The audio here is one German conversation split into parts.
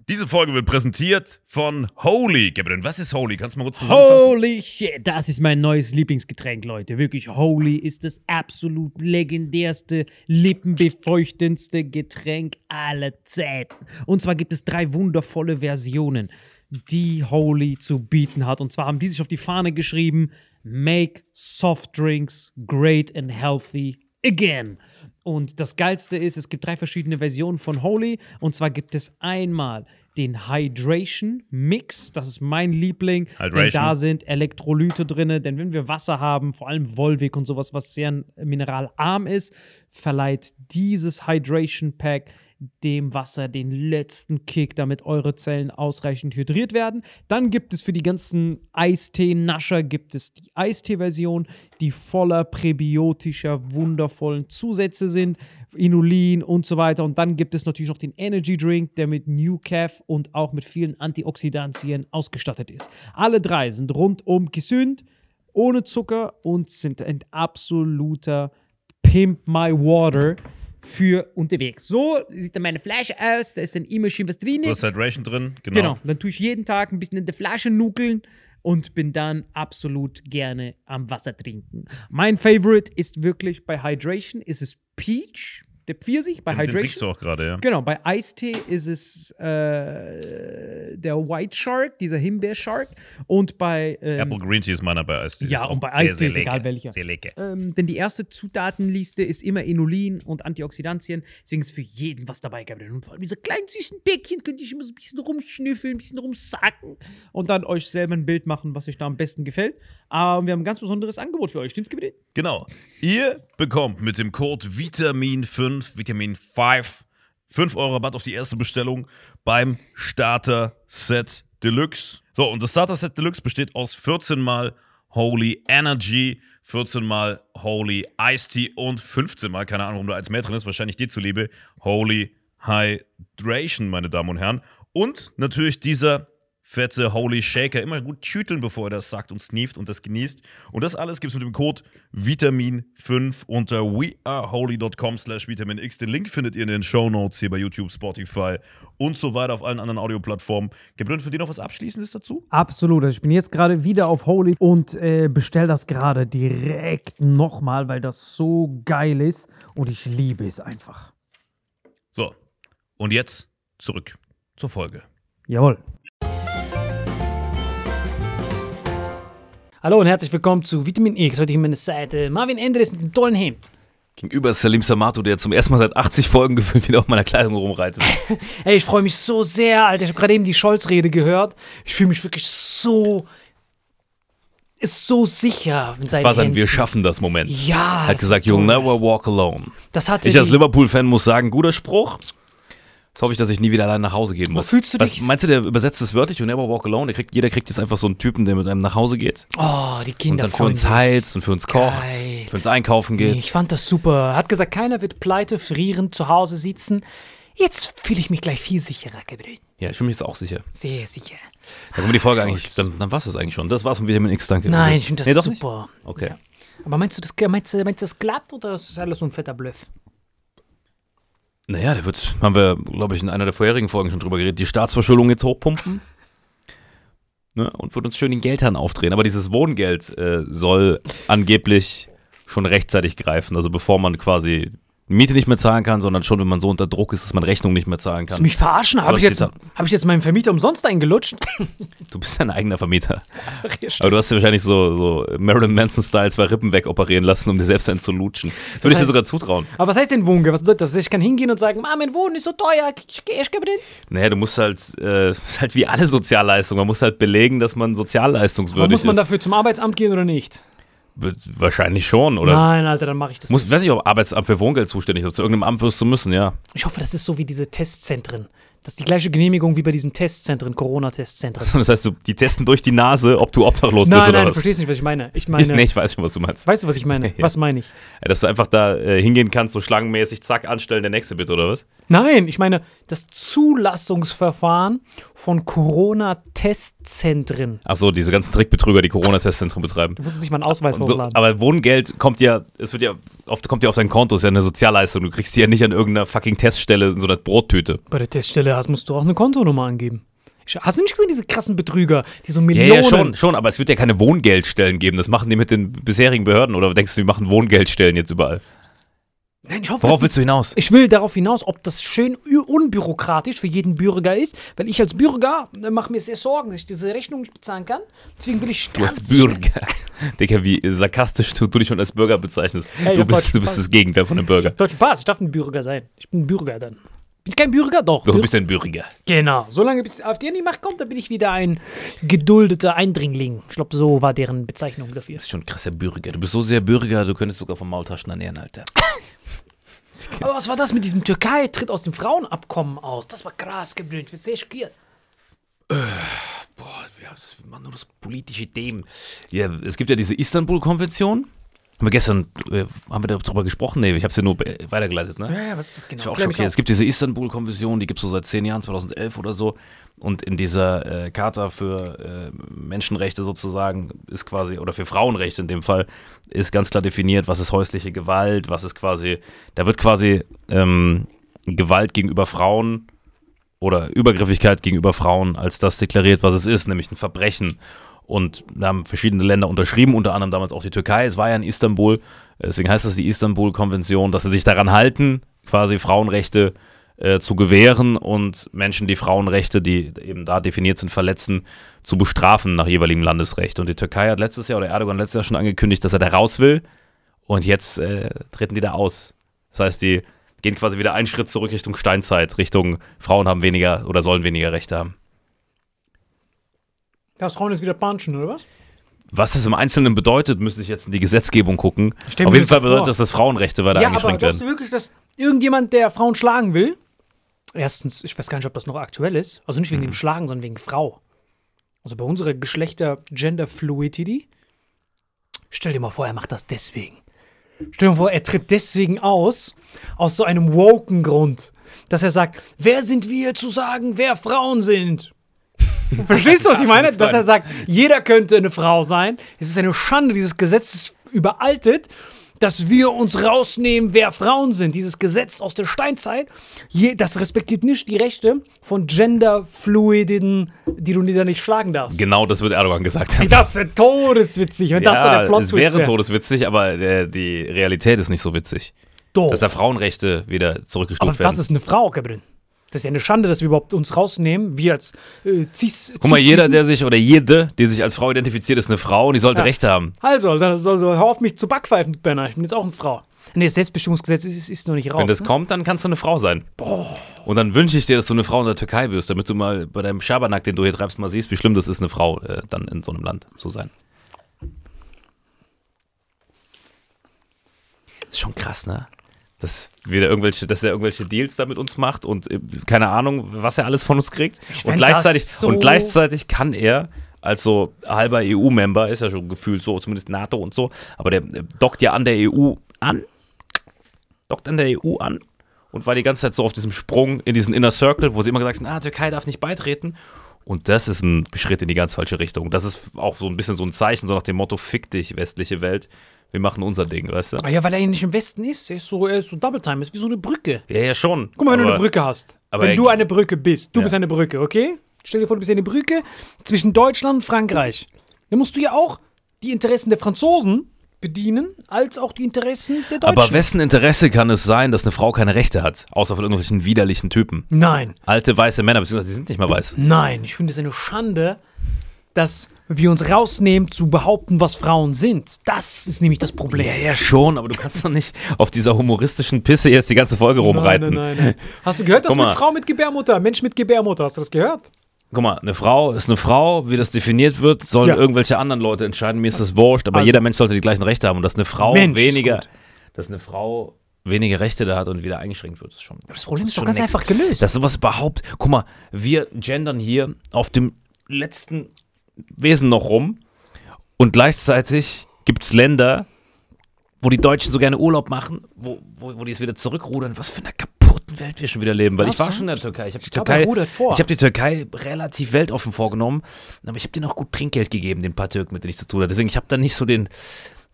Diese Folge wird präsentiert von Holy. Gabriel, was ist Holy? Kannst du mal kurz zusammenfassen? Holy shit, das ist mein neues Lieblingsgetränk, Leute. Wirklich, Holy ist das absolut legendärste, lippenbefeuchtendste Getränk aller Zeiten. Und zwar gibt es 3 wundervolle Versionen, die Holy zu bieten hat. Und zwar haben die sich auf die Fahne geschrieben: Make soft drinks great and healthy again. Und das Geilste ist, es gibt 3 verschiedene Versionen von Holy. Und zwar gibt es einmal den Hydration Mix. Das ist mein Liebling. Denn da sind Elektrolyte drin. Denn wenn wir Wasser haben, vor allem Volvic und sowas, was sehr mineralarm ist, verleiht dieses Hydration Pack dem Wasser den letzten Kick, damit eure Zellen ausreichend hydriert werden. Dann gibt es für die ganzen Eistee-Nascher gibt es die Eistee-Version, die voller präbiotischer, wundervollen Zusätze sind, Inulin und so weiter. Und dann gibt es natürlich noch den Energy Drink, der mit New Caf und auch mit vielen Antioxidantien ausgestattet ist. Alle 3 sind rundum gesund, ohne Zucker und sind ein absoluter Pimp My Water für unterwegs. So sieht dann meine Flasche aus, da ist dann immer schön was drin. Du hast Hydration drin, Genau, dann tue ich jeden Tag ein bisschen in der Flasche nuckeln und bin dann absolut gerne am Wasser trinken. Mein Favorite ist wirklich bei Hydration, ist es Peach, der Pfirsich bei Hydration. Den trinkst du auch gerade, ja. Genau, bei Eistee ist es der White Shark, dieser Himbeer-Shark. Und bei Apple Green Tea ist meiner bei Eistee. ja, und bei Eistee ist egal welcher. Sehr lecker. Denn die erste Zutatenliste ist immer Inulin und Antioxidantien. Deswegen ist für jeden was dabei, Gabriel. Und vor allem diese kleinen süßen Bäckchen könnt ihr immer so ein bisschen rumschnüffeln, ein bisschen rumsacken und dann euch selber ein Bild machen, was euch da am besten gefällt. Aber wir haben ein ganz besonderes Angebot für euch. Stimmt's, Gabriel? Genau. Ihr bekommt mit dem Code Vitamin5, Vitamin 5, 5 € Rabatt auf die erste Bestellung beim Starter Set Deluxe. So, und das Starter Set Deluxe besteht aus 14 mal Holy Energy, 14 mal Holy Iced Tea und 15 mal, keine Ahnung, warum da eins mehr drin ist, wahrscheinlich dir zuliebe, Holy Hydration, meine Damen und Herren. Und natürlich dieser fette Holy Shaker, immer gut schütteln, bevor er das sagt und sneeft und das genießt. Und das alles gibt es mit dem Code Vitamin5 unter weareholy.com/vitaminx. Den Link findet ihr in den Shownotes hier bei YouTube, Spotify und so weiter auf allen anderen Audioplattformen. Gabriel, für dich noch was Abschließendes dazu? Absolut. Also ich bin jetzt gerade wieder auf Holy und bestell das gerade direkt nochmal, weil das so geil ist und ich liebe es einfach. So, und jetzt zurück zur Folge. Jawohl. Hallo und herzlich willkommen zu Vitamin X. Heute hier meine Seite Marvin Endres mit einem tollen Hemd. Gegenüber ist Salim Samato, der zum ersten Mal seit 80 Folgen gefühlt wieder auf meiner Kleidung rumreitet. Ey, ich freue mich so sehr, Alter. Ich habe gerade eben die Scholz-Rede gehört. Ich fühle mich wirklich so sicher. Das war sein Wir schaffen das Moment. Ja. Er hat gesagt, you'll never walk alone. Das hatte ich als Liverpool-Fan muss sagen, guter Spruch. Jetzt hoffe ich, dass ich nie wieder allein nach Hause gehen muss. Fühlst du dich? Meinst du, der übersetzt das wörtlich, you never walk alone? Jeder kriegt jetzt einfach so einen Typen, der mit einem nach Hause geht. Oh, die Kinder. Und dann für uns heizt und für uns kocht, für uns einkaufen geht. Nee, ich fand das super. Hat gesagt, keiner wird pleite, frierend zu Hause sitzen. Jetzt fühle ich mich gleich viel sicherer, Gabriel. Ja, ich fühle mich jetzt auch sicher. Sehr sicher. Dann können wir die Folge eigentlich, dann war es das eigentlich schon. Das war's von Vitamin X, danke. Nein, ich finde das super. Nicht? Okay. Ja. Aber meinst du, das klappt oder ist das alles so ein fetter Bluff? Naja, haben wir, glaube ich, in einer der vorherigen Folgen schon drüber geredet, die Staatsverschuldung jetzt hochpumpen. Ne, und wird uns schön den Geldhahn aufdrehen. Aber dieses Wohngeld soll angeblich schon rechtzeitig greifen. Also bevor man quasi Miete nicht mehr zahlen kann, sondern schon, wenn man so unter Druck ist, dass man Rechnung nicht mehr zahlen kann. Willst du mich verarschen? Habe ich jetzt meinen Vermieter umsonst eingelutscht? Du bist ja ein eigener Vermieter. Ach, ja, aber du hast dir wahrscheinlich so Marilyn Manson-Style 2 Rippen wegoperieren lassen, um dir selbst einen zu lutschen. Das würde ich dir sogar zutrauen. Aber was heißt denn Wohngeld? Was bedeutet das? Ich kann hingehen und sagen, mein Wohnen ist so teuer, ich gebe den. Naja, du musst ist halt wie alle Sozialleistungen, man muss halt belegen, dass man sozialleistungswürdig ist. Aber muss man dafür zum Arbeitsamt gehen oder nicht? Wahrscheinlich schon, oder? Nein, Alter, dann mache ich das nicht. Weiß ich, ob Arbeitsamt für Wohngeld zuständig ist. Zu irgendeinem Amt wirst du müssen, ja. Ich hoffe, das ist so wie diese Testzentren. Das ist die gleiche Genehmigung wie bei diesen Testzentren, Corona-Testzentren. Das heißt, die testen durch die Nase, ob du obdachlos bist oder was? Nein, du verstehst nicht, was ich meine. Ich weiß schon, was du meinst. Weißt du, was ich meine? Ja. Was meine ich? Ja, dass du einfach da hingehen kannst, so schlangenmäßig, zack, anstellen, der nächste bitte, oder was? Nein, ich meine das Zulassungsverfahren von Corona-Testzentren. Ach so, diese ganzen Trickbetrüger, die Corona-Testzentren betreiben. Du musst nicht mal einen Ausweis hochladen. Aber Wohngeld kommt ja, es wird ja kommt ja auf dein Konto, ist ja eine Sozialleistung. Du kriegst die ja nicht an irgendeiner fucking Teststelle in so einer Brottüte. Bei der Teststelle musst du auch eine Kontonummer angeben. Hast du nicht gesehen, diese krassen Betrüger, die so Millionen... Ja, schon, aber es wird ja keine Wohngeldstellen geben. Das machen die mit den bisherigen Behörden. Oder denkst du, die machen Wohngeldstellen jetzt überall? Nein, ich hoffe, worauf willst du hinaus? Ich will darauf hinaus, ob das schön unbürokratisch für jeden Bürger ist. Weil ich als Bürger mache mir sehr Sorgen, dass ich diese Rechnung nicht bezahlen kann. Deswegen will ich Du als Bürger. Digga, wie sarkastisch du dich schon als Bürger bezeichnest. Hey, du bist das Gegenteil von einem Bürger. Deutschen Pass, ich darf ein Bürger sein. Ich bin ein Bürger dann. Bin ich kein Bürger? Doch. Du bist ein Bürger. Genau. Solange bis AfD an die Macht kommt, dann bin ich wieder ein geduldeter Eindringling. Ich glaube, so war deren Bezeichnung dafür. Du bist schon ein krasser Bürger. Du bist so sehr Bürger, du könntest sogar von Maultaschen ernähren, Alter. Aber was war das mit diesem Türkei tritt aus dem Frauenabkommen aus? Das war krass geblüht. Ich bin sehr schockiert. Wir machen nur das politische Themen. Ja, es gibt ja diese Istanbul-Konvention. Gestern haben wir darüber gesprochen? Nee, ich habe es ja nur weitergeleitet, ne? Ja, was ist das genau? Ich war auch schockiert. Es gibt diese Istanbul-Konvention, die gibt es so seit 10 Jahren, 2011 oder so. Und in dieser Charta für Menschenrechte sozusagen ist quasi, oder für Frauenrechte in dem Fall, ist ganz klar definiert, was ist häusliche Gewalt, was ist quasi, da wird quasi Gewalt gegenüber Frauen oder Übergriffigkeit gegenüber Frauen als das deklariert, was es ist, nämlich ein Verbrechen. Und da haben verschiedene Länder unterschrieben, unter anderem damals auch die Türkei. Es war ja in Istanbul, deswegen heißt es die Istanbul-Konvention, dass sie sich daran halten, quasi Frauenrechte zu gewähren und Menschen, die Frauenrechte, die eben da definiert sind, verletzen, zu bestrafen nach jeweiligen Landesrecht. Und die Türkei hat letztes Jahr, oder Erdogan letztes Jahr schon angekündigt, dass er da raus will. Und jetzt treten die da aus. Das heißt, die gehen quasi wieder einen Schritt zurück Richtung Steinzeit, Richtung Frauen haben weniger oder sollen weniger Rechte haben. Das Frauen jetzt wieder punchen, oder was? Was das im Einzelnen bedeutet, müsste ich jetzt in die Gesetzgebung gucken. Auf jeden Fall bedeutet das, dass Frauenrechte weiter eingeschränkt werden. Ja, aber glaubst du wirklich, dass irgendjemand, der Frauen schlagen will, erstens, ich weiß gar nicht, ob das noch aktuell ist, also nicht wegen dem Schlagen, sondern wegen Frau. Also bei unserer Geschlechter-Gender-Fluidity, stell dir mal vor, er macht das deswegen. Stell dir mal vor, er tritt deswegen aus so einem woken Grund, dass er sagt, wer sind wir zu sagen, wer Frauen sind? Verstehst du, was ich meine? Dass er sagt, jeder könnte eine Frau sein. Es ist eine Schande, dieses Gesetz ist überaltet, dass wir uns rausnehmen, wer Frauen sind. Dieses Gesetz aus der Steinzeit, das respektiert nicht die Rechte von Genderfluiden, die du da nicht schlagen darfst. Genau, das wird Erdogan gesagt haben. Das wäre todeswitzig, wenn das so der Plot-Twist wäre. Es wäre todeswitzig, aber die Realität ist nicht so witzig. Doch. Dass da Frauenrechte wieder zurückgestuft werden. Aber was ist eine Frau, Gabriel? Das ist ja eine Schande, dass wir überhaupt uns rausnehmen, wir als Guck mal, jede, die sich als Frau identifiziert, ist eine Frau und die sollte Rechte haben. Also, hör auf mich zu backpfeifen, Benner. Ich bin jetzt auch eine Frau. Nee, das Selbstbestimmungsgesetz ist noch nicht raus. Wenn das kommt, dann kannst du eine Frau sein. Boah. Und dann wünsche ich dir, dass du eine Frau in der Türkei wirst, damit du mal bei deinem Schabernack, den du hier treibst, mal siehst, wie schlimm das ist, eine Frau dann in so einem Land zu sein. Das ist schon krass, ne? Dass er irgendwelche Deals da mit uns macht und keine Ahnung, was er alles von uns kriegt. Und gleichzeitig kann er als so halber EU-Member, ist ja schon gefühlt so, zumindest NATO und so, aber der dockt ja an der EU an. Und war die ganze Zeit so auf diesem Sprung in diesen Inner Circle, wo sie immer gesagt haben, Türkei darf nicht beitreten. Und das ist ein Schritt in die ganz falsche Richtung. Das ist auch so ein bisschen so ein Zeichen, so nach dem Motto, fick dich, westliche Welt. Wir machen unser Ding, weißt du? Ja, weil er ja nicht im Westen ist. Er ist so Double Time, ist wie so eine Brücke. Ja, schon. Guck mal, wenn du eine Brücke hast. Wenn du eine Brücke bist. Du bist eine Brücke, okay? Stell dir vor, du bist eine Brücke zwischen Deutschland und Frankreich. Dann musst du ja auch die Interessen der Franzosen bedienen, als auch die Interessen der Deutschen. Aber wessen Interesse kann es sein, dass eine Frau keine Rechte hat? Außer von irgendwelchen widerlichen Typen. Nein. Alte weiße Männer, beziehungsweise die sind nicht mal weiß. Nein, ich finde es eine Schande, dass wir uns rausnehmen, zu behaupten, was Frauen sind. Das ist nämlich das Problem. Ja, schon, aber du kannst doch nicht auf dieser humoristischen Pisse jetzt die ganze Folge rumreiten. Nein. Hast du gehört, dass mit Frau mit Gebärmutter, Mensch mit Gebärmutter, hast du das gehört? Guck mal, eine Frau ist eine Frau, wie das definiert wird, sollen irgendwelche anderen Leute entscheiden, mir ist das wurscht, aber jeder Mensch sollte die gleichen Rechte haben und dass eine Frau weniger Rechte da hat und wieder eingeschränkt wird, ist schon. Aber das Problem ist doch ganz einfach gelöst. Dass sowas überhaupt, guck mal, wir gendern hier auf dem letzten Wesen noch rum und gleichzeitig gibt es Länder, wo die Deutschen so gerne Urlaub machen, wo die es wieder zurückrudern. Was für eine kaputten Welt wir schon wieder leben. Weil ich war schon in der Türkei. Ich habe die Türkei relativ weltoffen vorgenommen, aber ich habe denen auch gut Trinkgeld gegeben, den paar Türken, mit denen ich zu tun hatte. Deswegen, ich habe da nicht so den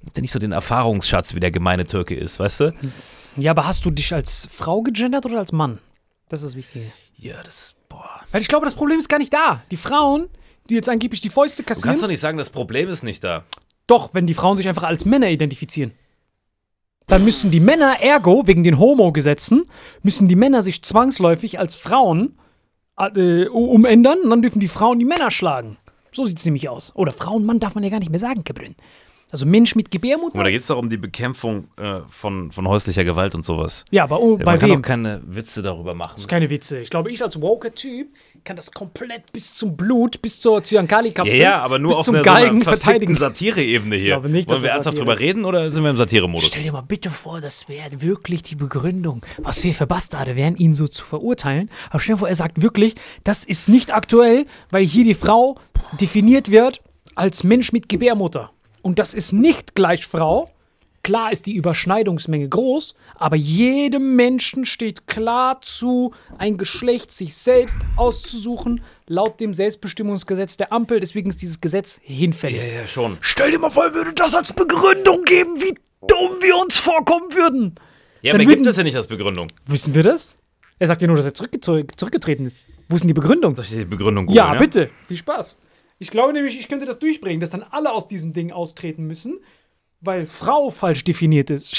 Hat ja nicht so den Erfahrungsschatz, wie der gemeine Türke ist, weißt du? Ja, aber hast du dich als Frau gegendert oder als Mann? Das ist das Wichtige. Ja, boah. Weil ich glaube, das Problem ist gar nicht da. Die Frauen, die jetzt angeblich die Fäuste Du kassieren. kannst doch nicht sagen, das Problem ist nicht da. Doch, wenn die Frauen sich einfach als Männer identifizieren. Dann müssen die Männer, ergo, wegen den Homo-Gesetzen, müssen die Männer sich zwangsläufig als Frauen umändern und dann dürfen die Frauen die Männer schlagen. So sieht es nämlich aus. Oder Frauenmann darf man ja gar nicht mehr sagen, Cabrün. Also Mensch mit Gebärmutter. Aber da geht es doch um die Bekämpfung von häuslicher Gewalt und sowas. Ja, aber Man bei kann wem? doch keine Witze darüber machen. Das ist keine Witze. Ich glaube, ich als Woker-Typ kann das komplett bis zum Blut, bis zur Zyankali-Kapsel, Ja, aber nur bis auf zum einer Galgen so einer verteidigen. Satire-Ebene hier. Ich glaube nicht, dass Wollen wir das ernsthaft Satire drüber reden oder sind wir im Satire-Modus? Stell dir mal bitte vor, das wäre wirklich die Begründung, was wir für Bastarde wären, ihn so zu verurteilen. Aber stell dir vor, er sagt wirklich, das ist nicht aktuell, weil hier die Frau definiert wird als Mensch mit Gebärmutter. Und das ist nicht gleich Frau. Klar ist die Überschneidungsmenge groß, aber jedem Menschen steht klar zu, ein Geschlecht sich selbst auszusuchen, laut dem Selbstbestimmungsgesetz der Ampel. Deswegen ist dieses Gesetz hinfällig. Ja, schon. Stell dir mal vor, er würde das als Begründung geben, wie dumm wir uns vorkommen würden. Ja, Dann aber er würden- gibt das ja nicht als Begründung. Wissen wir das? Er sagt ja nur, dass er zurückgetreten ist. Wo ist denn die Begründung? Soll ich dir die Begründung Ja, googeln, bitte. Viel Spaß. Ich glaube nämlich, ich könnte das durchbringen, dass dann alle aus diesem Ding austreten müssen, weil Frau falsch definiert ist.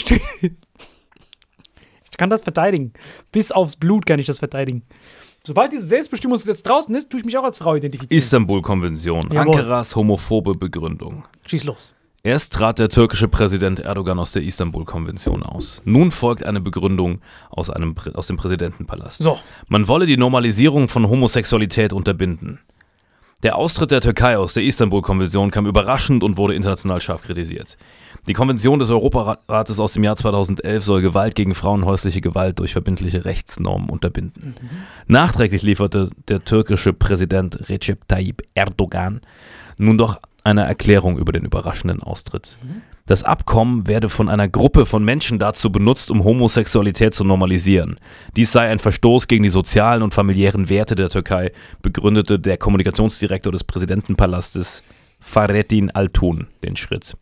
Ich kann das verteidigen. Bis aufs Blut kann ich das verteidigen. Sobald dieses Selbstbestimmungsgesetz draußen ist, tue ich mich auch als Frau identifizieren. Istanbul-Konvention. Jawohl. Ankaras homophobe Begründung. Schieß los. Erst trat der türkische Präsident Erdogan aus der Istanbul-Konvention aus. Nun folgt eine Begründung aus dem Präsidentenpalast. So. Man wolle die Normalisierung von Homosexualität unterbinden. Der Austritt der Türkei aus der Istanbul-Konvention kam überraschend und wurde international scharf kritisiert. Die Konvention des Europarates aus dem Jahr 2011 soll Gewalt gegen Frauen, häusliche Gewalt durch verbindliche Rechtsnormen unterbinden. Nachträglich lieferte der türkische Präsident Recep Tayyip Erdogan nun doch eine Erklärung über den überraschenden Austritt. Das Abkommen werde von einer Gruppe von Menschen dazu benutzt, um Homosexualität zu normalisieren. Dies sei ein Verstoß gegen die sozialen und familiären Werte der Türkei, begründete der Kommunikationsdirektor des Präsidentenpalastes Fahrettin Altun den Schritt.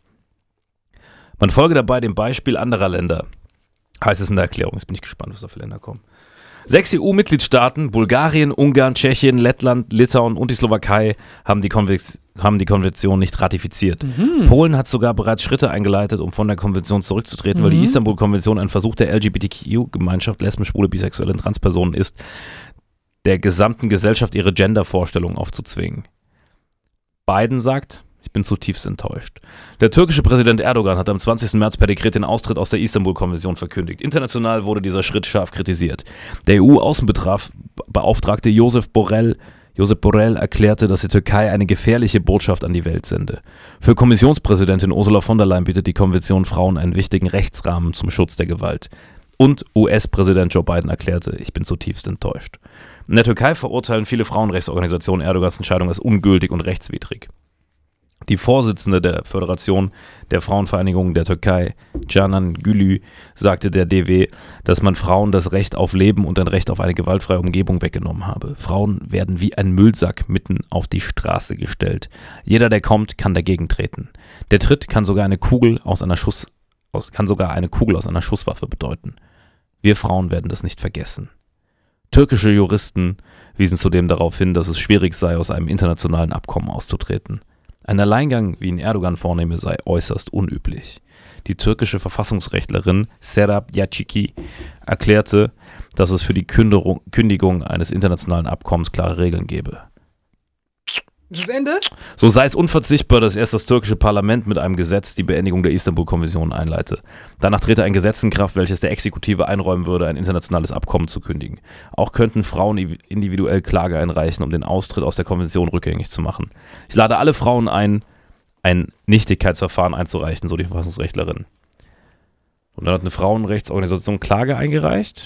Man folge dabei dem Beispiel anderer Länder, heißt es in der Erklärung. Jetzt bin ich gespannt, was da für Länder kommen. 6 EU-Mitgliedstaaten, Bulgarien, Ungarn, Tschechien, Lettland, Litauen und die Slowakei haben die Konvention nicht ratifiziert. Polen hat sogar bereits Schritte eingeleitet, um von der Konvention zurückzutreten, weil die Istanbul-Konvention ein Versuch der LGBTQ-Gemeinschaft, Lesben, Schwule, Bisexuelle und Transpersonen ist, der gesamten Gesellschaft ihre Gender-Vorstellungen aufzuzwingen. Biden sagt: Ich bin zutiefst enttäuscht. Der türkische Präsident Erdogan hat am 20. März per Dekret den Austritt aus der Istanbul-Konvention verkündigt. International wurde dieser Schritt scharf kritisiert. Der EU-Außenbeauftragte Josep Borrell erklärte, dass die Türkei eine gefährliche Botschaft an die Welt sende. Für Kommissionspräsidentin Ursula von der Leyen bietet die Konvention Frauen einen wichtigen Rechtsrahmen zum Schutz der Gewalt. Und US-Präsident Joe Biden erklärte: Ich bin zutiefst enttäuscht. In der Türkei verurteilen viele Frauenrechtsorganisationen Erdogans Entscheidung als ungültig und rechtswidrig. Die Vorsitzende der Föderation der Frauenvereinigungen der Türkei, Canan Gülü, sagte der DW, dass man Frauen das Recht auf Leben und ein Recht auf eine gewaltfreie Umgebung weggenommen habe. Frauen werden wie ein Müllsack mitten auf die Straße gestellt. Jeder, der kommt, kann dagegen treten. Der Tritt kann sogar eine Kugel aus einer Schusswaffe bedeuten. Wir Frauen werden das nicht vergessen. Türkische Juristen wiesen zudem darauf hin, dass es schwierig sei, aus einem internationalen Abkommen auszutreten. Ein Alleingang, wie ihn Erdogan vornehme, sei äußerst unüblich. Die türkische Verfassungsrechtlerin Serap Yachiki erklärte, dass es für die Kündigung eines internationalen Abkommens klare Regeln gebe. Das Ende? So sei es unverzichtbar, dass erst das türkische Parlament mit einem Gesetz die Beendigung der Istanbul-Konvention einleite. Danach trete ein Gesetz in Kraft, welches der Exekutive einräumen würde, ein internationales Abkommen zu kündigen. Auch könnten Frauen individuell Klage einreichen, um den Austritt aus der Konvention rückgängig zu machen. Ich lade alle Frauen ein Nichtigkeitsverfahren einzureichen, so die Verfassungsrechtlerin. Und dann hat eine Frauenrechtsorganisation Klage eingereicht.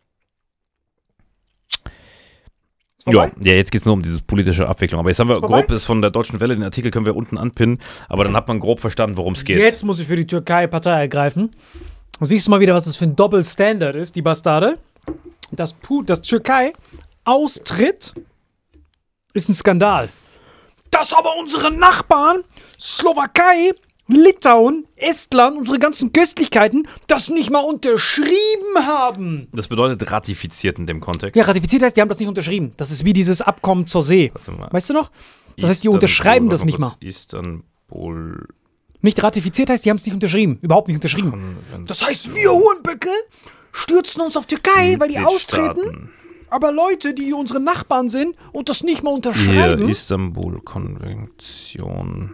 Ja, jetzt geht es nur um diese politische Abwicklung. Aber jetzt haben wir grob, ist von der Deutschen Welle, den Artikel können wir unten anpinnen, aber dann hat man grob verstanden, worum es geht. Jetzt muss ich für die Türkei Partei ergreifen. Siehst du mal wieder, was das für ein Doppelstandard ist, die Bastarde. Das Türkei austritt ist ein Skandal. Dass aber unsere Nachbarn, Slowakei, Litauen, Estland, unsere ganzen Köstlichkeiten das nicht mal unterschrieben haben. Das bedeutet ratifiziert in dem Kontext. Ja, ratifiziert heißt, die haben das nicht unterschrieben. Das ist wie dieses Abkommen zur See. Warte mal. Weißt du noch? Das heißt, die Istanbul, unterschreiben das warte nicht kurz. mal. Istanbul. Nicht ratifiziert heißt, die haben es nicht unterschrieben. Überhaupt nicht unterschrieben. Das heißt, wir Hurenböcke stürzen uns auf Türkei, weil die austreten. Aber Leute, die unsere Nachbarn sind und das nicht mal Hier, unterschreiben. Istanbul-Konvention.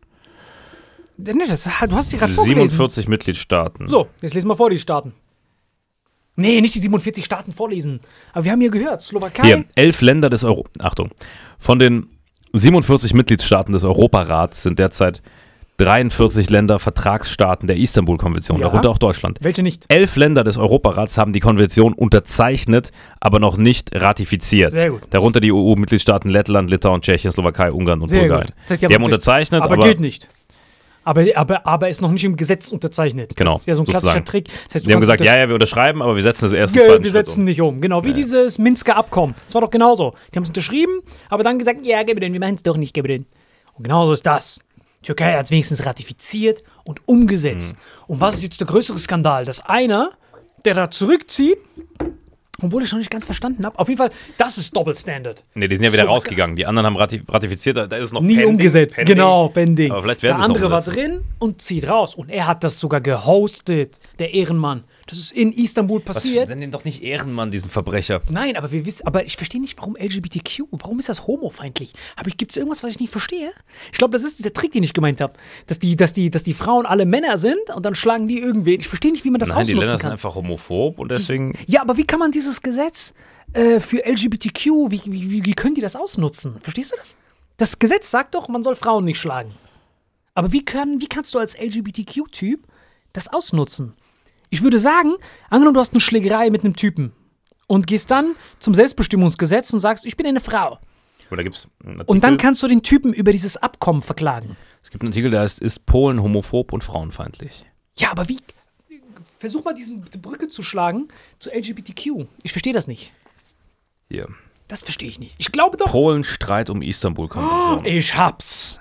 Du hast sie gerade vorgelesen. 47 Mitgliedstaaten. So, jetzt lesen wir vor die Staaten. Nee, nicht die 47 Staaten vorlesen. Aber wir haben hier gehört, Slowakei. Hier, 11 Länder des Achtung. Von den 47 Mitgliedstaaten des Europarats sind derzeit 43 Länder Vertragsstaaten der Istanbul-Konvention, Ja. darunter auch Deutschland. Welche nicht? 11 Länder des Europarats haben die Konvention unterzeichnet, aber noch nicht ratifiziert. Sehr gut. Darunter die EU-Mitgliedstaaten Lettland, Litauen, Tschechien, Slowakei, Ungarn und Sehr Bulgarien. gut. Das heißt, die haben unterzeichnet, aber gilt nicht. Aber ist noch nicht im Gesetz unterzeichnet. Genau, Das ist ja so ein klassischer sozusagen. Trick. Das heißt, Die haben kannst gesagt, ja, wir unterschreiben, aber wir setzen das erst im wir zweiten Schritt setzen um. nicht um. Genau, wie dieses Minsker Abkommen. Das war doch genauso. Die haben es unterschrieben, aber dann gesagt, ja, gib mir den, wir machen es doch nicht, gib mir den. Und genauso ist das. Die Türkei hat es wenigstens ratifiziert und umgesetzt. Und was ist jetzt der größere Skandal? Dass einer, der da zurückzieht, obwohl ich noch nicht ganz verstanden habe, auf jeden Fall, das ist Doppelstandard. Nee, die sind ja wieder So, rausgegangen. Die anderen haben ratifiziert, da ist es noch Nie pending, umgesetzt, pending. genau, pending. Aber vielleicht werden der sie es noch andere war umsetzen. drin und zieht raus. Und er hat das sogar gehostet, der Ehrenmann. Das ist in Istanbul passiert. Nenn den doch nicht Ehrenmann, diesen Verbrecher. Nein, aber wir wissen, aber ich verstehe nicht, warum LGBTQ, warum ist das homofeindlich? Gibt es irgendwas, was ich nicht verstehe? Ich glaube, das ist der Trick, den ich gemeint habe. Dass die Frauen alle Männer sind und dann schlagen die irgendwen. Ich verstehe nicht, wie man das Nein, die ausnutzen Länder sind kann. einfach homophob und deswegen. Ja, aber wie kann man dieses Gesetz für LGBTQ, wie können die das ausnutzen? Verstehst du das? Das Gesetz sagt doch, man soll Frauen nicht schlagen. Aber wie kannst du als LGBTQ-Typ das ausnutzen? Ich würde sagen, angenommen, du hast eine Schlägerei mit einem Typen und gehst dann zum Selbstbestimmungsgesetz und sagst, ich bin eine Frau. Oder gibt's einen Artikel, Und dann kannst du den Typen über dieses Abkommen verklagen. es gibt einen Artikel, der heißt, ist Polen homophob und frauenfeindlich? Ja, aber wie? Versuch mal, diese Brücke zu schlagen zu LGBTQ. Ich verstehe das nicht. Hier. Das verstehe ich nicht. Ich glaube doch. Polen Streit um Istanbul-Konvention. Ich hab's.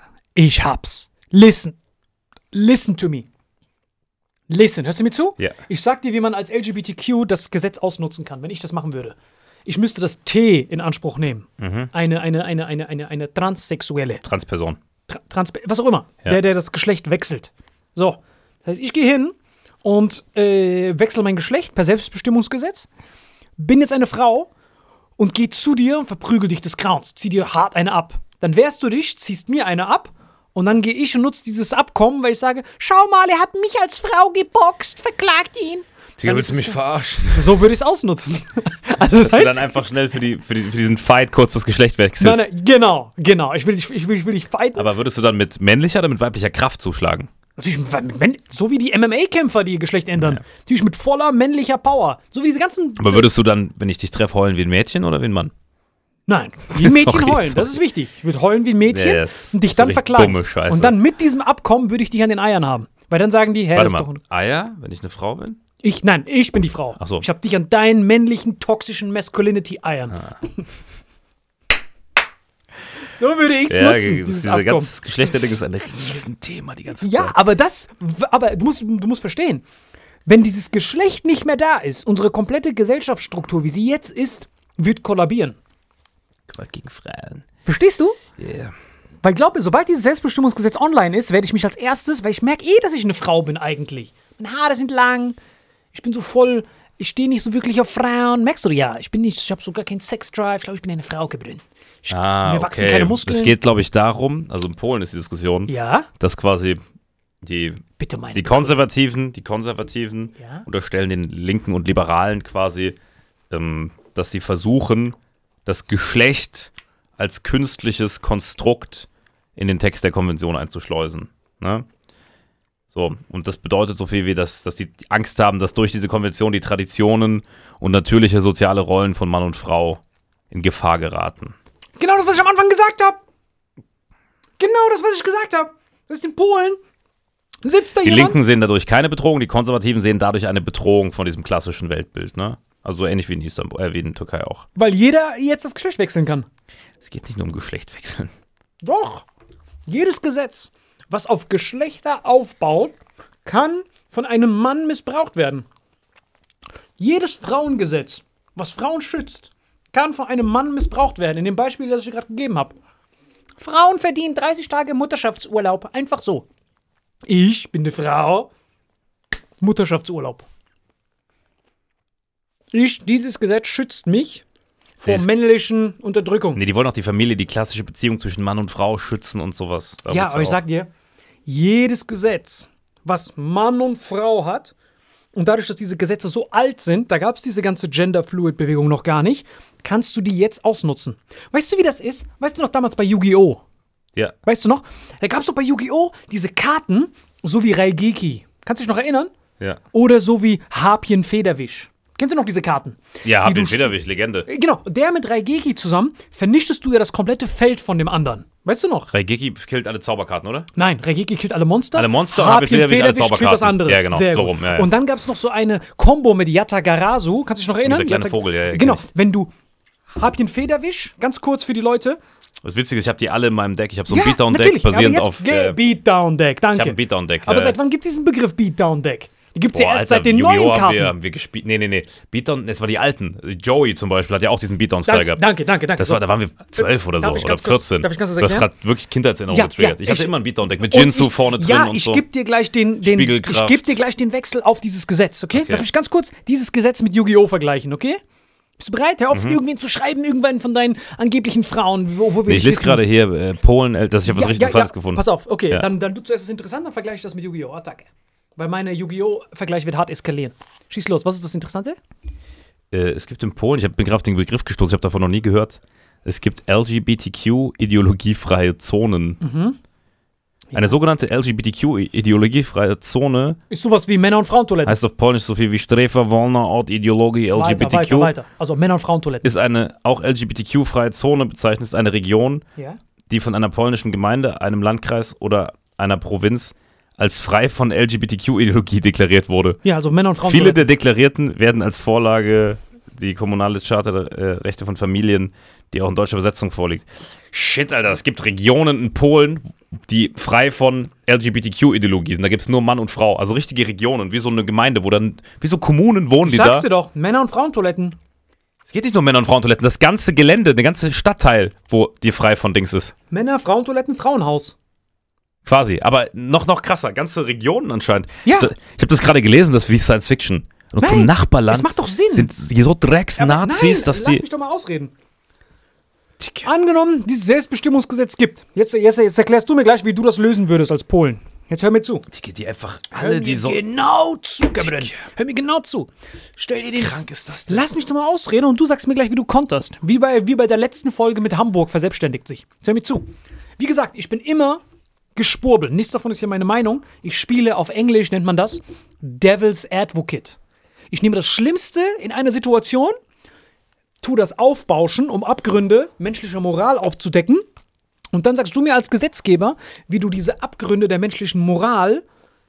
Listen to me. Listen, hörst du mir zu? Ja. Ich sag dir, wie man als LGBTQ das Gesetz ausnutzen kann, wenn ich das machen würde. Ich müsste das T in Anspruch nehmen. Eine Transsexuelle. Transperson. Was auch immer. Ja. Der das Geschlecht wechselt. So. Das heißt, ich gehe hin und wechsle mein Geschlecht per Selbstbestimmungsgesetz. Bin jetzt eine Frau und gehe zu dir und verprügel dich des Grauens. Zieh dir hart eine ab. Dann wehrst du dich, ziehst mir eine ab. Und dann gehe ich und nutze dieses Abkommen, weil ich sage, schau mal, er hat mich als Frau geboxt, verklagt ihn. Digga, willst du mich verarschen? So würde ich es ausnutzen. Also das Dass du dann heißt, einfach schnell für diesen Fight kurz das Geschlecht wechselst. nein, genau. Ich will dich fighten. Aber würdest du dann mit männlicher oder mit weiblicher Kraft zuschlagen? Natürlich so wie die MMA-Kämpfer, die ihr Geschlecht ändern. Natürlich mit voller männlicher Power. So wie diese ganzen... Aber würdest du dann, wenn ich dich treffe, heulen wie ein Mädchen oder wie ein Mann? Nein, wie ein Mädchen Sorry, heulen. Das ist wichtig. Ich würde heulen wie ein Mädchen Ja, das und dich ist dann richtig verklagen. dumme Scheiße. Und dann mit diesem Abkommen würde ich dich an den Eiern haben. Weil dann sagen die, hä, Warte das ist mal, doch... Eier, wenn ich eine Frau bin? Ich bin die Frau. Ach so. Ich habe dich an deinen männlichen, toxischen Masculinity-Eiern. So würde ich es nutzen, dieses dieses Abkommen. ganze Geschlechterding ist ein Riesenthema die ganze Ja, Zeit. aber du musst verstehen, wenn dieses Geschlecht nicht mehr da ist, unsere komplette Gesellschaftsstruktur, wie sie jetzt ist, wird kollabieren. Gewalt gegen Frauen. Verstehst du? Yeah. Weil glaub mir, sobald dieses Selbstbestimmungsgesetz online ist, werde ich mich als erstes, weil ich merke dass ich eine Frau bin eigentlich. Meine Haare sind lang, ich bin so voll, ich stehe nicht so wirklich auf Frauen. Merkst du, ja, ich habe so gar keinen Sexdrive, ich glaube, ich bin eine Frau geworden. Mir wachsen keine Muskeln. Es geht, glaube ich, darum, also in Polen ist die Diskussion, Ja? dass quasi die Konservativen Ja? unterstellen den Linken und Liberalen quasi, dass sie versuchen, das Geschlecht als künstliches Konstrukt in den Text der Konvention einzuschleusen. Ne? So, und das bedeutet so viel wie, dass die Angst haben, dass durch diese Konvention die Traditionen und natürliche soziale Rollen von Mann und Frau in Gefahr geraten. Genau das, was ich am Anfang gesagt habe. Genau das, was ich gesagt habe. Das ist in Polen. Sitzt da Die jemand. Linken sehen dadurch keine Bedrohung, die Konservativen sehen dadurch eine Bedrohung von diesem klassischen Weltbild. Ne? Also so ähnlich wie in Istanbul, wie in der Türkei auch. Weil jeder jetzt das Geschlecht wechseln kann. Es geht nicht nur um Geschlecht wechseln. Doch. Jedes Gesetz, was auf Geschlechter aufbaut, kann von einem Mann missbraucht werden. Jedes Frauengesetz, was Frauen schützt, kann von einem Mann missbraucht werden. In dem Beispiel, das ich dir gerade gegeben habe. Frauen verdienen 30 Tage Mutterschaftsurlaub. Einfach so. Ich bin eine Frau. Mutterschaftsurlaub. Dieses Gesetz schützt mich vor männlichen Unterdrückung. Nee, die wollen auch die Familie, die klassische Beziehung zwischen Mann und Frau schützen und sowas. Da Ja, wird's aber ich auch- sag dir, jedes Gesetz, was Mann und Frau hat, und dadurch, dass diese Gesetze so alt sind, da gab es diese ganze Gender-Fluid-Bewegung noch gar nicht, kannst du die jetzt ausnutzen. Weißt du, wie das ist? Weißt du noch damals bei Yu-Gi-Oh? Ja. Weißt du noch? Da gab es doch bei Yu-Gi-Oh! Diese Karten, so wie Raigeki. Kannst du dich noch erinnern? Ja. Oder so wie Harpien Federwisch. Kennst du noch diese Karten? Ja, Die hab du den Federwisch, Legende. Genau, der mit Raigeki zusammen vernichtest du ja das komplette Feld von dem anderen. Weißt du noch? Raigeki killt alle Zauberkarten, oder? Nein, Raigeki killt alle Monster. Alle Monster und Harpien Harpien Federwisch alle Federwisch killt Zauberkarten. das andere. Ja, genau, Sehr so gut. rum, ja, ja. Und dann gab es noch so eine Combo mit Yatagarasu. Kannst du dich noch erinnern? Dieser kleine Vogel, ja, Genau, kenn wenn du Harpien Federwisch, ganz kurz für die Leute. Das Witzige ist, ich habe die alle in meinem Deck. Ich habe so ein Ja, Beatdown-Deck natürlich, basierend aber auf. jetzt Beatdown-Deck, danke. Ich habe ein Beatdown-Deck. Aber seit wann gibt es diesen Begriff Beatdown-Deck? Die gibt es ja Boah, erst Alter, seit den Yu-Gi-Oh! neuen Karten. haben wir gespielt. Nee. Beatdown, das war die alten. Joey zum Beispiel hat ja auch diesen Beatdown-Style gehabt. Danke. Das war, da waren wir 12 oder so, Darf ich oder ganz kurz- 14. darf ich ganz kurz Du hast erklären? gerade wirklich Kindheitserinnerungen Ja, getriggert. ja, Ich hatte ich- immer ein Beatdown-Deck mit Und Jinsu ich- vorne drin ja, und ich so. gebe dir gleich den Spiegelkraft. ich gebe dir gleich den Wechsel auf dieses Gesetz, okay? Okay. Lass mich ganz kurz dieses Gesetz mit Yu-Gi-Oh! Vergleichen, okay? Bist du bereit? Hör auf, irgendwen zu schreiben, irgendwann von deinen angeblichen Frauen, wo wir Nee, ich nicht lese wissen. gerade hier Polen, dass ich habe was richtig Interessantes gefunden. Pass auf, okay, Ja. dann du zuerst das Interessante, dann vergleiche ich das mit Yu-Gi-Oh! Attacke. Weil meine Yu-Gi-Oh!-Vergleich wird hart eskalieren. Schieß los, was ist das Interessante? Es gibt in Polen, bin gerade auf den Begriff gestoßen, ich habe davon noch nie gehört. Es gibt LGBTQ-ideologiefreie Zonen. Mhm. Eine sogenannte LGBTQ-ideologiefreie Zone Ist sowas wie Männer- und Frauentoiletten. heißt auf Polnisch so viel wie Strefa wolna od ideologii LGBTQ. Weiter. Also Männer- und Frauentoiletten. Ist eine auch LGBTQ-freie Zone bezeichnet, ist eine Region, Ja. die von einer polnischen Gemeinde, einem Landkreis oder einer Provinz als frei von LGBTQ-Ideologie deklariert wurde. Ja, also Männer- und Viele Frauentoiletten. der Deklarierten werden als Vorlage die kommunale Charta der Rechte von Familien, die auch in deutscher Übersetzung vorliegt. Shit, Alter, es gibt Regionen in Polen, die frei von LGBTQ-Ideologie sind. Da gibt es nur Mann und Frau. Also richtige Regionen, wie so eine Gemeinde, wo dann, wie so Kommunen wohnen, Ich die sag's da. dir doch, Männer- und Frauentoiletten. Es geht nicht nur Männer- und Frauentoiletten, das ganze Gelände, der ganze Stadtteil, wo die frei von Dings ist. Männer-, Frauentoiletten, Frauenhaus. Quasi, aber noch krasser, ganze Regionen anscheinend. Ja. Ich habe das gerade gelesen, das ist wie Science Fiction. In unserem Nein, Nachbarland das macht doch Sinn. sind die so Drecks-Nazis, Nein, dass lass die... mich doch mal ausreden. Angenommen, dieses Selbstbestimmungsgesetz gibt. Jetzt erklärst du mir gleich, wie du das lösen würdest als Polen. Jetzt hör mir zu. Die einfach Hör alle, mir die so... genau zu, Gabriel. Hör mir genau zu. Stell dir den... krank ist das denn? Lass mich doch mal ausreden und du sagst mir gleich, wie du konterst. Wie bei der letzten Folge mit Hamburg verselbstständigt sich. Jetzt hör mir zu. Wie gesagt, ich bin immer gespurbelt. Nichts davon ist hier meine Meinung. Ich spiele auf Englisch, nennt man das, Devil's Advocate. Ich nehme das Schlimmste in einer Situation, tu das aufbauschen, um Abgründe menschlicher Moral aufzudecken. Und dann sagst du mir als Gesetzgeber, wie du diese Abgründe der menschlichen Moral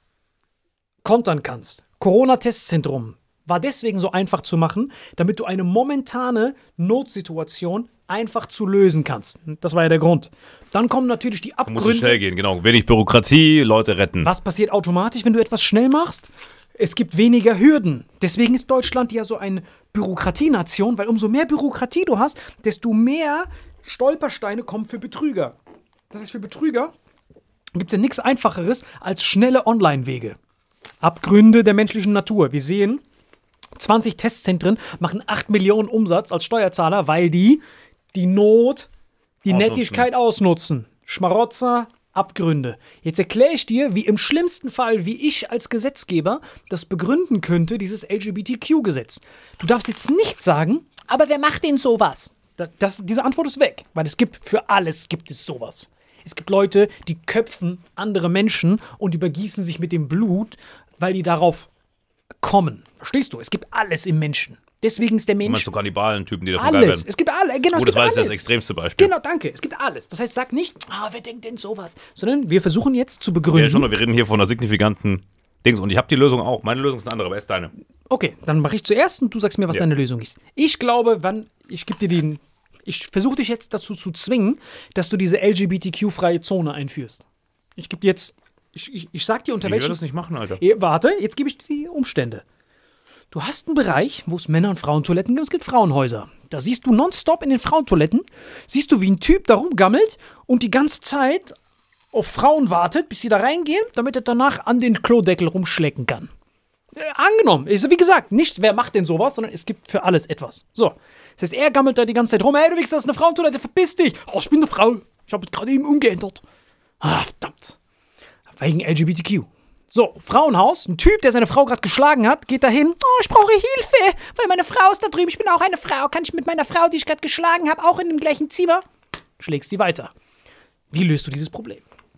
kontern kannst. Corona-Testzentrum war deswegen so einfach zu machen, damit du eine momentane Notsituation einfach zu lösen kannst. Das war ja der Grund. Dann kommen natürlich die Muss es Abgründe. schnell gehen, genau. Wenig Bürokratie, Leute retten. Was passiert automatisch, wenn du etwas schnell machst? Es gibt weniger Hürden. Deswegen ist Deutschland ja so eine Bürokratienation, weil umso mehr Bürokratie du hast, desto mehr Stolpersteine kommen für Betrüger. Das heißt, für Betrüger gibt es ja nichts Einfacheres als schnelle Online-Wege. Abgründe der menschlichen Natur. Wir sehen, 20 Testzentren machen 8 Millionen Umsatz als Steuerzahler, weil die Not, die Ausnutzen. Nettigkeit ausnutzen. Schmarotzer, Abgründe. Jetzt erkläre ich dir, wie im schlimmsten Fall, wie ich als Gesetzgeber das begründen könnte, dieses LGBTQ-Gesetz. Du darfst jetzt nicht sagen, aber wer macht denn sowas? Diese Antwort ist weg, weil es gibt für alles gibt es sowas. Es gibt Leute, die köpfen andere Menschen und übergießen sich mit dem Blut, weil die darauf kommen. Verstehst du? Es gibt alles im Menschen. Deswegen ist der Du Mensch meinst so Kannibalen-Typen, die davon geil alles. werden. Es gibt alle. Genau, Gut, es das gibt war alles. jetzt das extremste Beispiel. Genau, danke. Es gibt alles. Das heißt, sag nicht, wer denkt denn sowas? Sondern wir versuchen jetzt zu begründen. Ja, schon, wir reden hier von einer signifikanten Dings. Und ich habe die Lösung auch. Meine Lösung ist eine andere, aber ist deine. Okay, dann mache ich zuerst und du sagst mir, was Ja. deine Lösung ist. Ich glaube, ich versuche dich jetzt dazu zu zwingen, dass du diese LGBTQ-freie Zone einführst. Ich gebe dir jetzt, ich sag dir unter Ich würde welchen... das nicht machen, Alter. Warte, jetzt gebe ich dir die Umstände. Du hast einen Bereich, wo es Männer- und Frauentoiletten gibt. Es gibt Frauenhäuser. Da siehst du nonstop in den Frauentoiletten, siehst du, wie ein Typ da rumgammelt und die ganze Zeit auf Frauen wartet, bis sie da reingehen, damit er danach an den Klodeckel rumschlecken kann. Angenommen, ist wie gesagt, nicht wer macht denn sowas, sondern es gibt für alles etwas. So, das heißt, er gammelt da die ganze Zeit rum. Hey, du Wichser, das ist eine Frauentoilette, verpiss dich. Oh, ich bin eine Frau. Ich habe gerade eben umgeändert. Ah, verdammt. Wegen LGBTQ. So, Frauenhaus, ein Typ, der seine Frau gerade geschlagen hat, geht dahin. Oh, ich brauche Hilfe, weil meine Frau ist da drüben. Ich bin auch eine Frau. Kann ich mit meiner Frau, die ich gerade geschlagen habe, auch in dem gleichen Zimmer? Schlägst sie weiter. Wie löst du dieses Problem?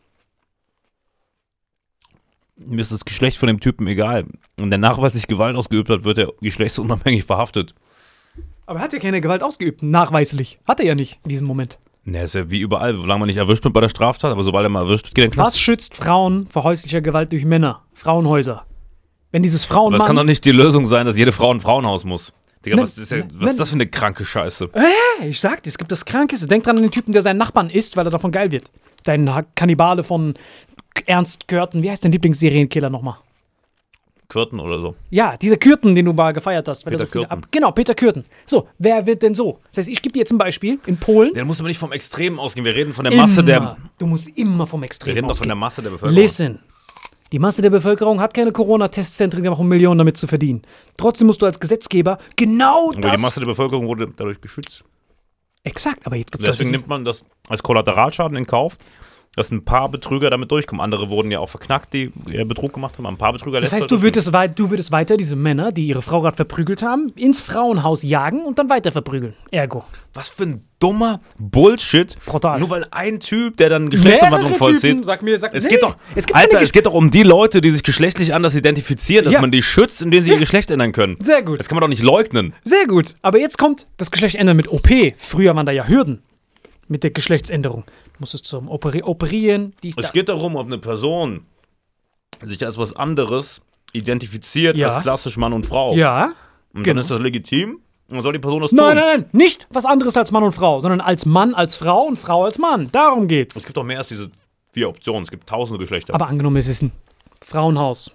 Mir ist das Geschlecht von dem Typen egal. Und der nachweislich Gewalt ausgeübt hat, wird er geschlechtsunabhängig verhaftet. Aber er hat ja keine Gewalt ausgeübt, nachweislich. Hat er ja nicht in diesem Moment. Ne, ist ja wie überall, solange man nicht erwischt wird bei der Straftat, aber sobald er mal erwischt wird, geht er in den Knast. Was schützt Frauen vor häuslicher Gewalt durch Männer? Frauenhäuser. Wenn dieses Aber Frauenmann... es kann doch nicht die Lösung sein, dass jede Frau in ein Frauenhaus muss. Digga, was ist nein. das für eine kranke Scheiße? Ich sag dir, es gibt das Krankeste. Denk dran an den Typen, der seinen Nachbarn isst, weil er davon geil wird. Dein Kannibale von Ernst Kürten. Wie heißt dein Lieblingssерienkiller nochmal? Kürten oder so. Ja, dieser Kürten, den du mal gefeiert hast. Weil Peter er so viele Kürten. Genau, Peter Kürten. So, wer wird denn so? Das heißt, ich gebe dir jetzt ein Beispiel. In Polen... Der muss aber nicht vom Extremen ausgehen. Wir reden von der Masse der. Du musst immer vom Wir Extrem reden doch von ausgehen. der Masse der Bevölkerung. Listen. Die Masse der Bevölkerung hat keine Corona-Testzentren gemacht, um Millionen damit zu verdienen. Trotzdem musst du als Gesetzgeber genau Aber das... die Masse der Bevölkerung wurde dadurch geschützt. Exakt, aber jetzt gibt Deswegen nimmt man das als Kollateralschaden in Kauf, dass ein paar Betrüger damit durchkommen. Andere wurden ja auch verknackt, die Betrug gemacht haben. Ein paar Betrüger Das lässt heißt, du würdest weiter diese Männer, die ihre Frau gerade verprügelt haben, ins Frauenhaus jagen und dann weiter verprügeln. Ergo. Was für ein dummer Bullshit. Brutal. Nur weil ein Typ, der dann Geschlechtsumwandlung vollzieht. Es Geht doch, Alter, es geht doch um die Leute, die sich geschlechtlich anders identifizieren, dass Ja. man die schützt, indem sie ihr Geschlecht ändern können. Sehr gut. Das kann man doch nicht leugnen. Sehr gut. Aber jetzt kommt das Geschlecht ändern mit OP. Früher waren da ja Hürden mit der Geschlechtsänderung. Du musstest zum Operieren, dies, Es das. geht darum, ob eine Person sich als was anderes identifiziert, Ja. als klassisch Mann und Frau. Ja. Und genau. dann ist das legitim. Und dann soll die Person das tun. Nein. Nicht was anderes als Mann und Frau, sondern als Mann als Frau und Frau als Mann. Darum geht's. Es gibt doch mehr als diese 4 Optionen. Es gibt tausende Geschlechter. Aber angenommen, es ist ein Frauenhaus.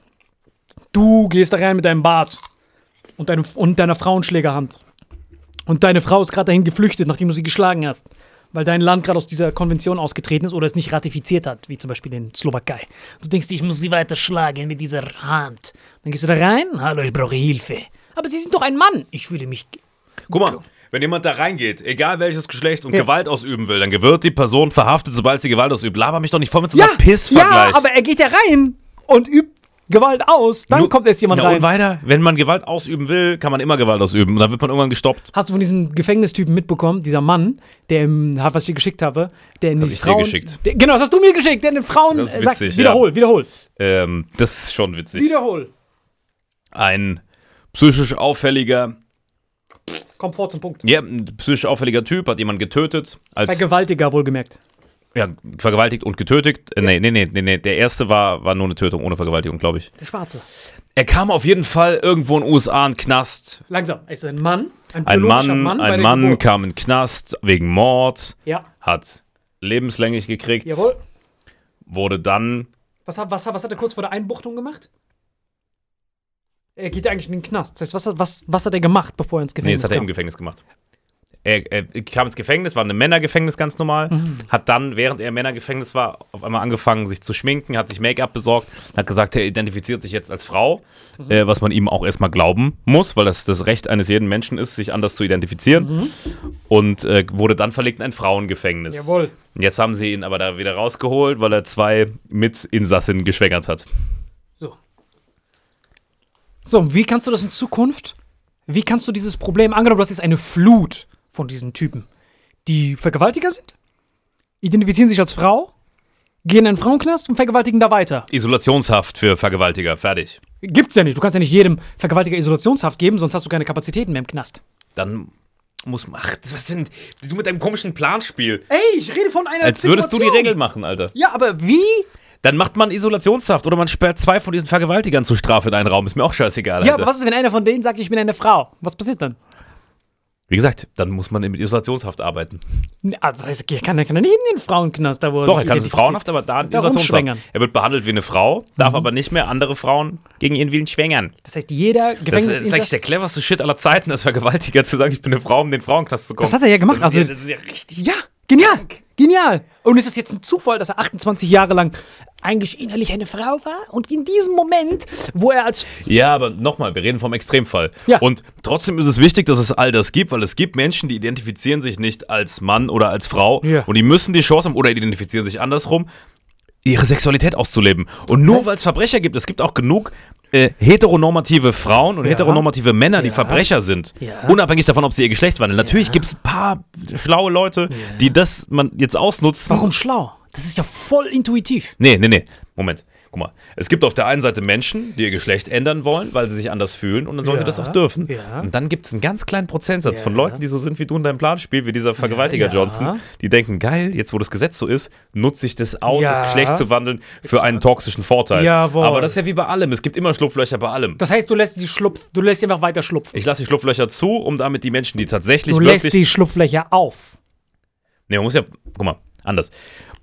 Du gehst da rein mit deinem Bart und deiner Frauenschlägerhand. Und deine Frau ist gerade dahin geflüchtet, nachdem du sie geschlagen hast. Weil dein Land gerade aus dieser Konvention ausgetreten ist oder es nicht ratifiziert hat, wie zum Beispiel in Slowakei. Du denkst, ich muss sie weiter schlagen mit dieser Hand. Dann gehst du da rein, hallo, ich brauche Hilfe. Aber sie sind doch ein Mann. Ich fühle mich... Guck mal, wenn jemand da reingeht, egal welches Geschlecht, und Gewalt ausüben will, dann wird die Person verhaftet, sobald sie Gewalt ausübt. Laber mich doch nicht voll mit so einer Pissvergleich. Ja, aber er geht ja rein und übt Gewalt aus. Dann kommt erst jemand ja, rein. Und weiter, wenn man Gewalt ausüben will, kann man immer Gewalt ausüben. Und dann wird man irgendwann gestoppt. Hast du von diesem Gefängnistypen mitbekommen, dieser Mann, der was ich dir geschickt habe, der in die ich dir Frauen... geschickt. Genau, das hast du mir geschickt, der den Frauen Das ist sagt, witzig, wiederhol. Das ist schon witzig. Wiederhol. Ein psychisch auffälliger, Komm vor zum Punkt. ein psychisch auffälliger Typ hat jemanden getötet. Vergewaltiger, wohlgemerkt. Ja, vergewaltigt und getötet. Nee. Der erste war nur eine Tötung ohne Vergewaltigung, glaube ich. Der Schwarze. Er kam auf jeden Fall irgendwo in den USA in den Knast. Langsam. Er ist ein Mann. Ein Ein biologischer Mann. bei der Mann Geburt. kam in den Knast wegen Mord, Ja, hat lebenslänglich gekriegt, jawohl. wurde dann. Was hat er kurz vor der Einbuchtung gemacht? Er geht ja eigentlich in den Knast. Das heißt, was hat er gemacht, bevor er ins Nee, Gefängnis das hat er kam? im Gefängnis gemacht. Er kam ins Gefängnis, war ein Männergefängnis ganz normal, hat dann, während er im Männergefängnis war, auf einmal angefangen, sich zu schminken, hat sich Make-up besorgt, hat gesagt, er identifiziert sich jetzt als Frau, was man ihm auch erstmal glauben muss, weil das Recht eines jeden Menschen ist, sich anders zu identifizieren, und wurde dann verlegt in ein Frauengefängnis. Jawohl. Und jetzt haben sie ihn aber da wieder rausgeholt, weil er 2 Mitinsassinnen geschwängert hat. So, wie kannst du das in Zukunft? Wie kannst du dieses Problem, angenommen, du hast jetzt eine Flut von diesen Typen, die Vergewaltiger sind, identifizieren sich als Frau, gehen in einen Frauenknast und vergewaltigen da weiter. Isolationshaft für Vergewaltiger, fertig. Gibt's ja nicht. Du kannst ja nicht jedem Vergewaltiger Isolationshaft geben, sonst hast du keine Kapazitäten mehr im Knast. Dann muss man. Ach, was denn? Du mit deinem komischen Planspiel. Ey, ich rede von einer Als würdest du die Regeln machen, Alter. Ja, aber wie? Dann macht man Isolationshaft oder man sperrt 2 von diesen Vergewaltigern zur Strafe in einen Raum. Ist mir auch scheißegal, Alter. Ja, aber was ist, wenn einer von denen sagt, ich bin eine Frau? Was passiert dann? Wie gesagt, dann muss man mit Isolationshaft arbeiten. Also, das heißt, er kann ja nicht in den Frauenknast, da wo Doch, er sich kann es identifiziert. Frauenhaft, aber da in Da Isolationshaft. rumschwängern. Er wird behandelt wie eine Frau, darf aber nicht mehr andere Frauen gegen ihren Willen schwängern. Das heißt, jeder Das ist Gefängnisinsass... eigentlich der cleverste Shit aller Zeiten, als Vergewaltiger zu sagen, ich bin eine Frau, um in den Frauenknast zu kommen. Das hat er ja gemacht. Das ist, Also, das ist ja richtig. ja, genial. Genial. Und ist es jetzt ein Zufall, dass er 28 Jahre lang eigentlich innerlich eine Frau war? Und in diesem Moment, wo er als... Ja, aber nochmal, wir reden vom Extremfall. Ja. Und trotzdem ist es wichtig, dass es all das gibt, weil es gibt Menschen, die identifizieren sich nicht als Mann oder als Frau Ja. und die müssen die Chance haben oder identifizieren sich andersrum, ihre Sexualität auszuleben. Und nur weil es Verbrecher gibt, es gibt auch genug heteronormative Frauen und heteronormative Männer, die Ja. Verbrecher sind. Ja. Unabhängig davon, ob sie ihr Geschlecht wandeln. Natürlich gibt es ein paar schlaue Leute, die das man jetzt ausnutzen. Warum schlau? Das ist ja voll intuitiv. Nee. Moment. Guck mal. Es gibt auf der einen Seite Menschen, die ihr Geschlecht ändern wollen, weil sie sich anders fühlen und dann sollen sie das auch dürfen. Ja. Und dann gibt es einen ganz kleinen Prozentsatz Ja. von Leuten, die so sind wie du in deinem Planspiel, wie dieser Vergewaltiger Ja. Johnson, die denken, geil, jetzt wo das Gesetz so ist, nutze ich das aus, Ja. das Geschlecht zu wandeln für einen toxischen Vorteil. Jawohl. Aber das ist ja wie bei allem. Es gibt immer Schlupflöcher bei allem. Das heißt, du lässt sie einfach weiter schlupfen. Ich lasse die Schlupflöcher zu, um damit die Menschen, die tatsächlich Du lässt wirklich... die Schlupflöcher auf. Nee, man muss ja, guck mal, anders.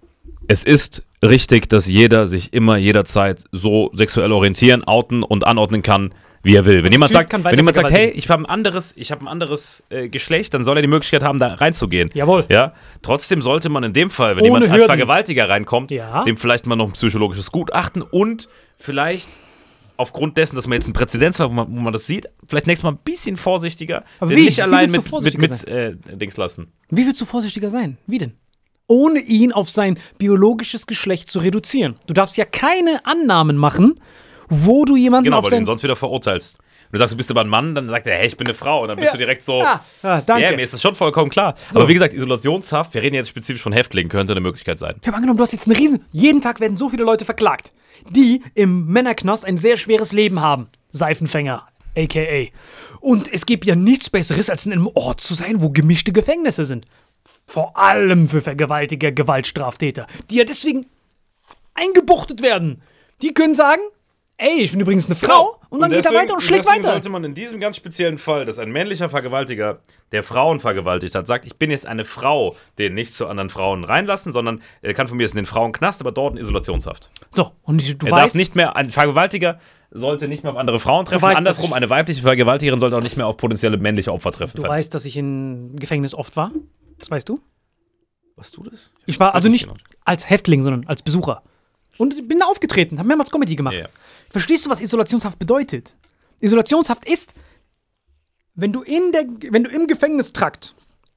Es ist richtig, dass jeder sich immer jederzeit so sexuell orientieren, outen und anordnen kann, wie er will. Wenn jemand Typ sagt, kann wenn jemand sagt, hey, weitervergewaltigen. ich habe ein anderes Geschlecht, dann soll er die Möglichkeit haben, da reinzugehen. Jawohl. Ja? Trotzdem sollte man in dem Fall, wenn Ohne jemand als Hürden. Vergewaltiger reinkommt, Ja. dem vielleicht mal noch ein psychologisches Gutachten und vielleicht aufgrund dessen, dass man jetzt einen Präzedenzfall, wo man das sieht, vielleicht nächstes Mal ein bisschen vorsichtiger, Aber den wie? nicht Wie allein willst du mit vorsichtiger Dings lassen. Wie willst du vorsichtiger sein? Wie denn? Ohne ihn auf sein biologisches Geschlecht zu reduzieren. Du darfst ja keine Annahmen machen, wo du jemanden Genau, auf weil du ihn sein... sonst wieder verurteilst. Wenn du sagst, du bist aber ein Mann, dann sagt er, hey, ich bin eine Frau. Und dann bist Ja. du direkt so, Ja, danke. ja, mir ist das schon vollkommen klar. Aber wie gesagt, Isolationshaft, wir reden jetzt spezifisch von Häftlingen, könnte eine Möglichkeit sein. Ich habe angenommen, du hast jetzt eine riesen... Jeden Tag werden so viele Leute verklagt, die im Männerknast ein sehr schweres Leben haben. Seifenfänger, a.k.a. Und es gibt ja nichts Besseres, als in einem Ort zu sein, wo gemischte Gefängnisse sind. Vor allem für Vergewaltiger, Gewaltstraftäter, die ja deswegen eingebuchtet werden. Die können sagen, ey, ich bin übrigens eine Frau, und dann geht er weiter und schlägt deswegen weiter. sollte man in diesem ganz speziellen Fall, dass ein männlicher Vergewaltiger, der Frauen vergewaltigt hat, sagt, ich bin jetzt eine Frau, den nicht zu anderen Frauen reinlassen, sondern er kann von mir jetzt in den Frauenknast, aber dort in Isolationshaft. So, und du Er darf weißt, nicht mehr, ein Vergewaltiger sollte nicht mehr auf andere Frauen treffen, weißt, andersrum, dass ich- eine weibliche Vergewaltigerin sollte auch nicht mehr auf potenzielle männliche Opfer treffen. du weißt, dass ich in Gefängnis oft war. Das weißt du? Was du das? Ich war also nicht Genau. als Häftling, sondern als Besucher. Und bin da aufgetreten, habe mehrmals Comedy gemacht. Ja, ja. Verstehst du, was Isolationshaft bedeutet? Isolationshaft ist, wenn du im Gefängnistrakt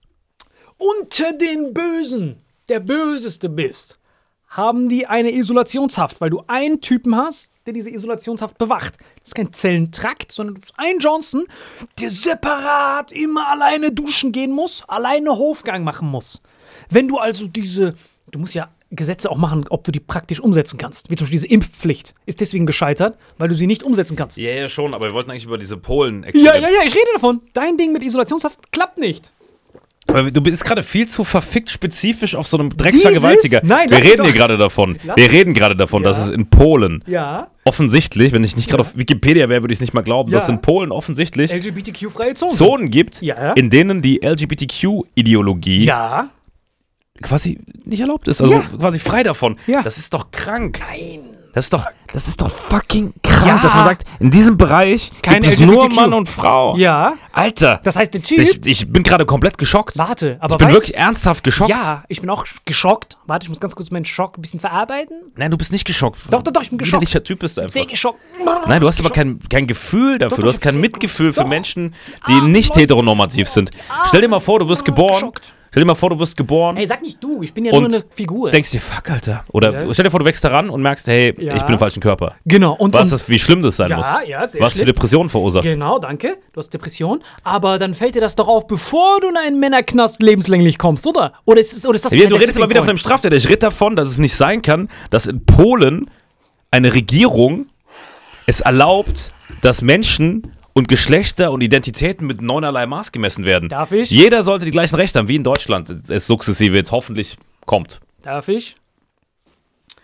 unter den Bösen der Böseste bist, haben die eine Isolationshaft, weil du einen Typen hast, der diese Isolationshaft bewacht. Das ist kein Zellentrakt, sondern du bist ein Johnson, der separat immer alleine duschen gehen muss, alleine Hofgang machen muss. Wenn du also du musst ja Gesetze auch machen, ob du die praktisch umsetzen kannst. Wie zum Beispiel diese Impfpflicht ist deswegen gescheitert, weil du sie nicht umsetzen kannst. Ja, ja, schon, aber wir wollten eigentlich über diese polen Ja, ich rede davon. Dein Ding mit Isolationshaft klappt nicht. Aber du bist gerade viel zu verfickt spezifisch auf so einem Drecksvergewaltiger. Nein, wir lass mich reden doch. hier gerade davon. Lass Wir reden gerade davon, dass Ja. es in Polen Ja. offensichtlich, wenn ich nicht gerade auf Wikipedia wäre, würde ich es nicht mal glauben, Ja. dass es in Polen offensichtlich LGBTQ-freie Zonen. Zonen gibt, Ja. in denen die LGBTQ-Ideologie Ja. quasi nicht erlaubt ist. Also Ja. quasi frei davon. Ja. Das ist doch krank. Nein. Das ist doch fucking krank, Ja. dass man sagt, in diesem Bereich Kein gibt es nur LGBTQ. Mann und Frau. Ja. Alter. Das heißt, der Typ. Ich bin gerade komplett geschockt. Warte, aber ich bin weißt- wirklich ernsthaft geschockt. Ja, ich bin auch geschockt. Warte, ich muss ganz kurz meinen Schock ein bisschen verarbeiten. Nein, du bist nicht geschockt. Doch, ich bin geschockt. Widerlicher Typ bist du einfach. Sehr geschockt. Nein, du hast aber kein Gefühl dafür. Doch, Du hast ich kein hab Mitgefühl für doch. Menschen, die nicht Leute. heteronormativ sind. Stell dir mal vor, du wirst geboren. geschockt. Stell dir mal vor, du wirst geboren. Ey, sag nicht du, ich bin ja und nur eine Figur. denkst dir, fuck, Alter. Oder Ja. stell dir vor, du wächst heran und merkst, hey, Ja. ich bin im falschen Körper. Genau. Und, Was das, wie schlimm das sein muss. ja, sehr Was für schlimm. Depressionen verursacht. Genau, danke. Du hast Depression. Aber dann fällt dir das doch auf, bevor du in einen Männerknast lebenslänglich kommst, oder? Oder ist das Ja, du der redest immer Tipping wieder von einem Point? Straftäter. Ich rede davon, dass es nicht sein kann, dass in Polen eine Regierung es erlaubt, dass Menschen und Geschlechter und Identitäten mit neunerlei Maß gemessen werden. Darf ich? Jeder sollte die gleichen Rechte haben, wie in Deutschland. Es sukzessive jetzt hoffentlich kommt. Darf ich?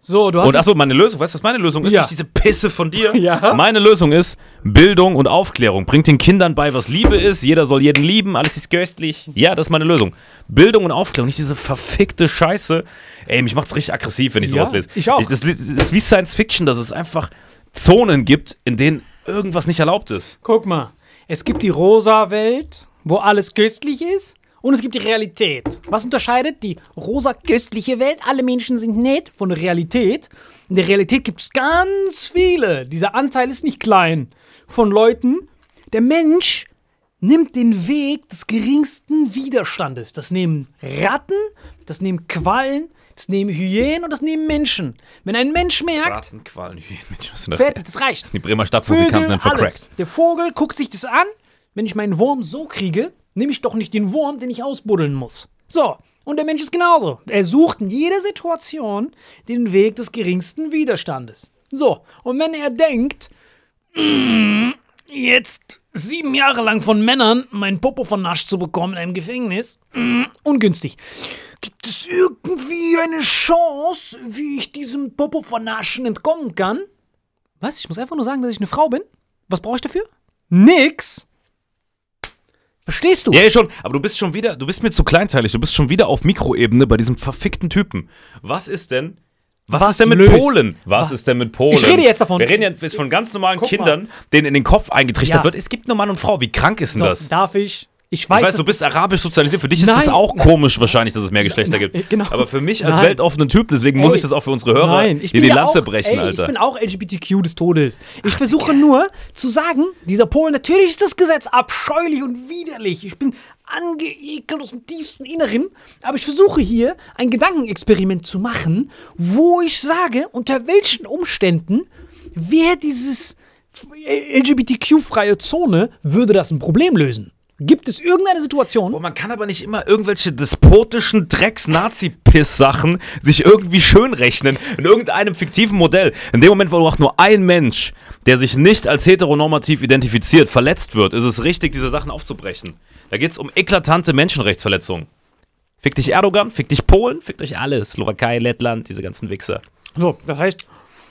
So, du hast. Und achso, meine Lösung, weißt du, was meine Lösung ist? Ja. Nicht diese Pisse von dir. Ja. Meine Lösung ist Bildung und Aufklärung. Bringt den Kindern bei, was Liebe ist. Jeder soll jeden lieben, alles ist köstlich. Ja, das ist meine Lösung. Bildung und Aufklärung, nicht diese verfickte Scheiße. Ey, mich macht's richtig aggressiv, wenn ich sowas lese. ich auch. Das ist wie Science Fiction, dass es einfach Zonen gibt, in denen irgendwas nicht erlaubt ist. Guck mal, es gibt die rosa Welt, wo alles köstlich ist. Und es gibt die Realität. Was unterscheidet die rosa-köstliche Welt, alle Menschen sind nett, von der Realität? In der Realität gibt es ganz viele, dieser Anteil ist nicht klein, von Leuten, der Mensch nimmt den Weg des geringsten Widerstandes. Das nehmen Ratten, das nehmen Quallen, das nehmen Hyänen und das nehmen Menschen. Wenn ein Mensch merkt, Rattenqualen, Mensch, was ist denn das? fertig, das reicht. Die Bremer Stadtmusikanten dann alles. vercrackt. Der Vogel guckt sich das an. Wenn ich meinen Wurm so kriege, nehme ich doch nicht den Wurm, den ich ausbuddeln muss. So, und der Mensch ist genauso. Er sucht in jeder Situation den Weg des geringsten Widerstandes. So, und wenn er denkt, jetzt 7 Jahre lang von Männern meinen Popo vernascht zu bekommen in einem Gefängnis, ungünstig. Gibt es irgendwie eine Chance, wie ich diesem Popo vernaschen entkommen kann? Was? Ich muss einfach nur sagen, dass ich eine Frau bin? Was brauche ich dafür? Nix. Verstehst du? Ja, schon, aber du bist mir zu kleinteilig, du bist schon wieder auf Mikroebene bei diesem verfickten Typen. Was ist denn mit löst- Polen? Was ist denn mit Polen? Ich rede jetzt davon. Wir reden jetzt von ganz normalen Guck Kindern, denen in den Kopf eingetrichtert Ja. wird, es gibt nur Mann und Frau. Wie krank ist denn So, das? darf ich? Ich Ich weiß, dass du bist arabisch sozialisiert, für dich ist das Nein. auch komisch wahrscheinlich, dass es mehr Geschlechter gibt. genau. Aber für mich als Nein. weltoffenen Typ, deswegen muss Ey, ich das auch für unsere Hörer Nein, ich hier bin die ja Lanze auch, brechen, Alter. Ich bin auch LGBTQ des Todes. Ich versuche nur zu sagen, dieser Polen, natürlich ist das Gesetz abscheulich und widerlich. Ich bin angeekelt aus dem tiefsten Inneren. Aber ich versuche hier ein Gedankenexperiment zu machen, wo ich sage, unter welchen Umständen wäre dieses LGBTQ-freie Zone, würde das ein Problem lösen. Gibt es irgendeine Situation? Boah, man kann aber nicht immer irgendwelche despotischen Drecks-Nazi-Piss-Sachen sich irgendwie schön rechnen in irgendeinem fiktiven Modell. In dem Moment, wo auch nur ein Mensch, der sich nicht als heteronormativ identifiziert, verletzt wird, ist es richtig, diese Sachen aufzubrechen. Da geht es um eklatante Menschenrechtsverletzungen. Fick dich Erdogan, fick dich Polen, fick euch alle. Slowakei, Lettland, diese ganzen Wichser. So, das heißt,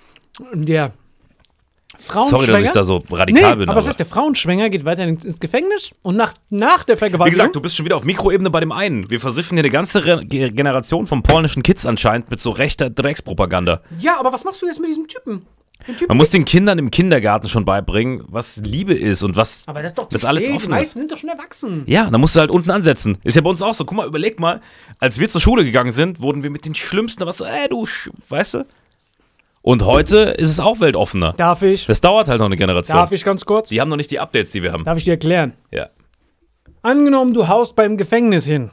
der Frauenschwänger... Sorry, dass ich da so radikal bin. aber das heißt, der Frauenschwänger geht weiter ins Gefängnis und nach der Wie Vergewaltigung... gesagt, du bist schon wieder auf Mikroebene bei dem einen. Wir versiffen hier eine ganze Generation von polnischen Kids anscheinend mit so rechter Dreckspropaganda. Ja, aber was machst du jetzt mit diesem Typen? Man muss den Kindern im Kindergarten schon beibringen, was Liebe ist und was Aber das ist doch zu das alles spät. Die offen meisten ist. sind doch schon erwachsen. Ja, da musst du halt unten ansetzen. Ist ja bei uns auch so. Guck mal, überleg mal, als wir zur Schule gegangen sind, wurden wir mit den Schlimmsten, da warst du, weißt du? Und heute ist es auch weltoffener. Darf ich? Das dauert halt noch eine Generation. Darf ich ganz kurz? Die haben noch nicht die Updates, die wir haben. Darf ich dir erklären? Ja. Angenommen, du haust beim Gefängnis hin.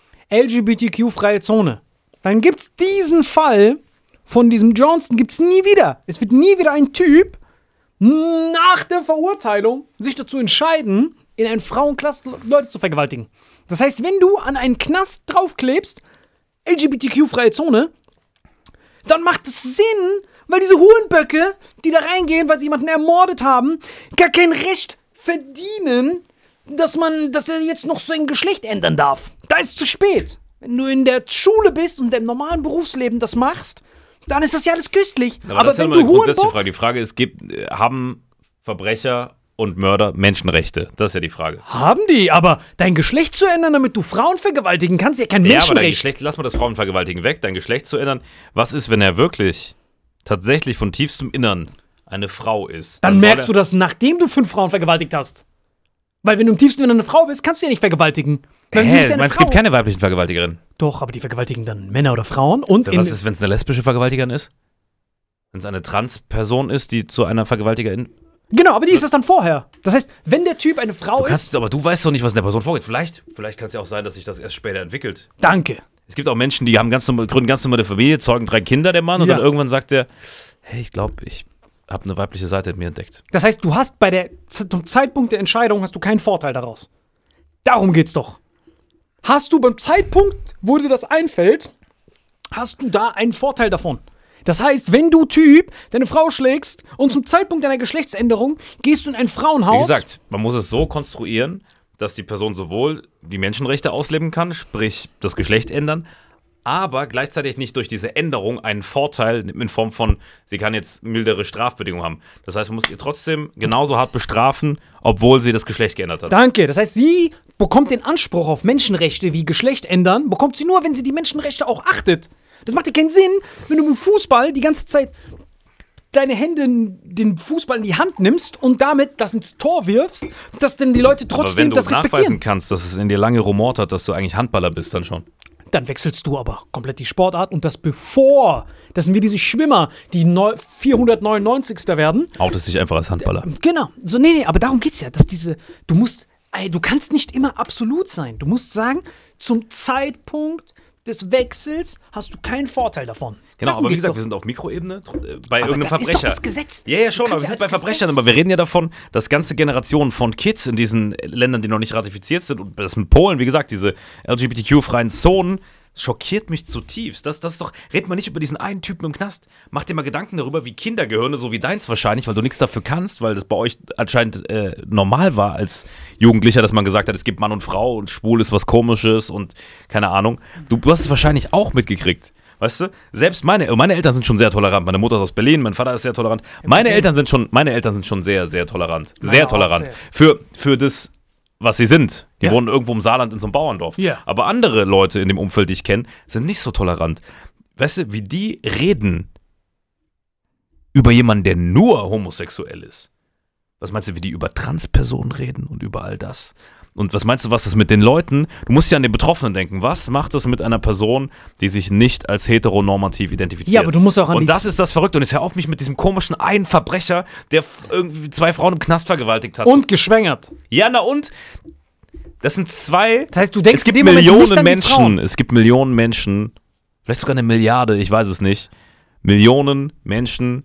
LGBTQ-freie Zone. Dann gibt's diesen Fall von diesem Johnson gibt's nie wieder. Es wird nie wieder ein Typ nach der Verurteilung sich dazu entscheiden, in einen Frauenknast Leute zu vergewaltigen. Das heißt, wenn du an einen Knast draufklebst, LGBTQ-freie Zone, dann macht es Sinn, weil diese Hurenböcke, die da reingehen, weil sie jemanden ermordet haben, gar kein Recht verdienen, dass er jetzt noch sein Geschlecht ändern darf. Da ist es zu spät. Wenn du in der Schule bist und im normalen Berufsleben das machst, dann ist das ja alles köstlich. Aber das ist ja immer eine grundsätzliche Frage. Die Frage ist, haben Verbrecher und Mörder Menschenrechte? Das ist ja die Frage. Haben die, aber dein Geschlecht zu ändern, damit du Frauen vergewaltigen kannst, ist ja kein Ja, aber dein Menschenrecht. Geschlecht, lass mal das Frauenvergewaltigen weg, dein Geschlecht zu ändern. Was ist, wenn er wirklich tatsächlich von tiefstem Innern eine Frau ist? Dann merkst du das, nachdem du 5 Frauen vergewaltigt hast. Weil wenn du im tiefsten Innern eine Frau bist, kannst du ja nicht vergewaltigen. Weil du liebst ja eine Meinst, es Frau. gibt keine weiblichen Vergewaltigerinnen? Doch, aber die vergewaltigen dann Männer oder Frauen. Und Was ist, wenn es eine lesbische Vergewaltigerin ist? Wenn es eine Transperson ist, die zu einer Vergewaltigerin... Genau, aber die ist das dann vorher. Das heißt, wenn der Typ eine Frau ist... Aber du weißt doch nicht, was in der Person vorgeht. Vielleicht kann es ja auch sein, dass sich das erst später entwickelt. Danke. Es gibt auch Menschen, die haben gründen ganz normale Familie, zeugen 3 Kinder, der Mann, und Ja. dann irgendwann sagt er, hey, ich glaube, ich habe eine weibliche Seite in mir entdeckt. Das heißt, du hast zum Zeitpunkt der Entscheidung hast du keinen Vorteil daraus. Darum geht's doch. Hast du beim Zeitpunkt, wo dir das einfällt, hast du da einen Vorteil davon. Das heißt, wenn du Typ deine Frau schlägst und zum Zeitpunkt deiner Geschlechtsänderung gehst du in ein Frauenhaus. Wie gesagt, man muss es so konstruieren, dass die Person sowohl die Menschenrechte ausleben kann, sprich das Geschlecht ändern, aber gleichzeitig nicht durch diese Änderung einen Vorteil in Form von, sie kann jetzt mildere Strafbedingungen haben. Das heißt, man muss ihr trotzdem genauso hart bestrafen, obwohl sie das Geschlecht geändert hat. Danke. Das heißt, sie bekommt den Anspruch auf Menschenrechte wie Geschlecht ändern, bekommt sie nur, wenn sie die Menschenrechte auch achtet. Das macht ja keinen Sinn, wenn du im Fußball die ganze Zeit deine Hände, den Fußball in die Hand nimmst und damit das ins Tor wirfst, dass dann die Leute trotzdem das Aber wenn du nachweisen respektieren. kannst, dass es in dir lange rumort hat, dass du eigentlich Handballer bist, dann schon. Dann wechselst du aber komplett die Sportart und das bevor. Das sind wie diese Schwimmer, die 499. werden. Outest dich einfach als Handballer. Genau. So, nee, aber darum geht's ja, dass du kannst nicht immer absolut sein. Du musst sagen, zum Zeitpunkt des Wechsels hast du keinen Vorteil davon. Genau, Darum aber wie geht's gesagt, doch. wir sind auf Mikroebene bei Aber irgendeinem das Verbrecher. ist doch das Gesetz. Ja, schon, Du aber kannst wir ja sind bei als Verbrechern. Gesetz- Aber wir reden ja davon, dass ganze Generationen von Kids in diesen Ländern, die noch nicht ratifiziert sind, und das mit Polen, wie gesagt, diese LGBTQ-freien Zonen, schockiert mich zutiefst. Das ist doch, redet man nicht über diesen einen Typen im Knast. Mach dir mal Gedanken darüber, wie Kindergehirne, so wie deins wahrscheinlich, weil du nichts dafür kannst, weil das bei euch anscheinend normal war als Jugendlicher, dass man gesagt hat, es gibt Mann und Frau und schwul ist was Komisches und keine Ahnung. Du hast es wahrscheinlich auch mitgekriegt. Weißt du? Selbst meine Eltern sind schon sehr tolerant. Meine Mutter ist aus Berlin, mein Vater ist sehr tolerant. Meine Eltern sind schon sehr, sehr tolerant. Sehr auch tolerant. sehr. Für das, was sie sind. Die Ja. wohnen irgendwo im Saarland in so einem Bauerndorf. Ja. Aber andere Leute in dem Umfeld, die ich kenne, sind nicht so tolerant. Weißt du, wie die reden über jemanden, der nur homosexuell ist. Was meinst du, wie die über Transpersonen reden und über all das? Und was meinst du, was das mit den Leuten, du musst ja an den Betroffenen denken, was macht das mit einer Person, die sich nicht als heteronormativ identifiziert? Ja, aber du musst auch an Und die das ist das Verrückte. Und jetzt hör auf mich mit diesem komischen einen Verbrecher, der irgendwie 2 Frauen im Knast vergewaltigt hat. Und geschwängert. Ja, na und? Das sind 2. Das heißt, du denkst Es gibt in dem Moment nicht Millionen an die Menschen, Frauen. es gibt Millionen Menschen, vielleicht sogar 1 Milliarde, ich weiß es nicht. Millionen Menschen,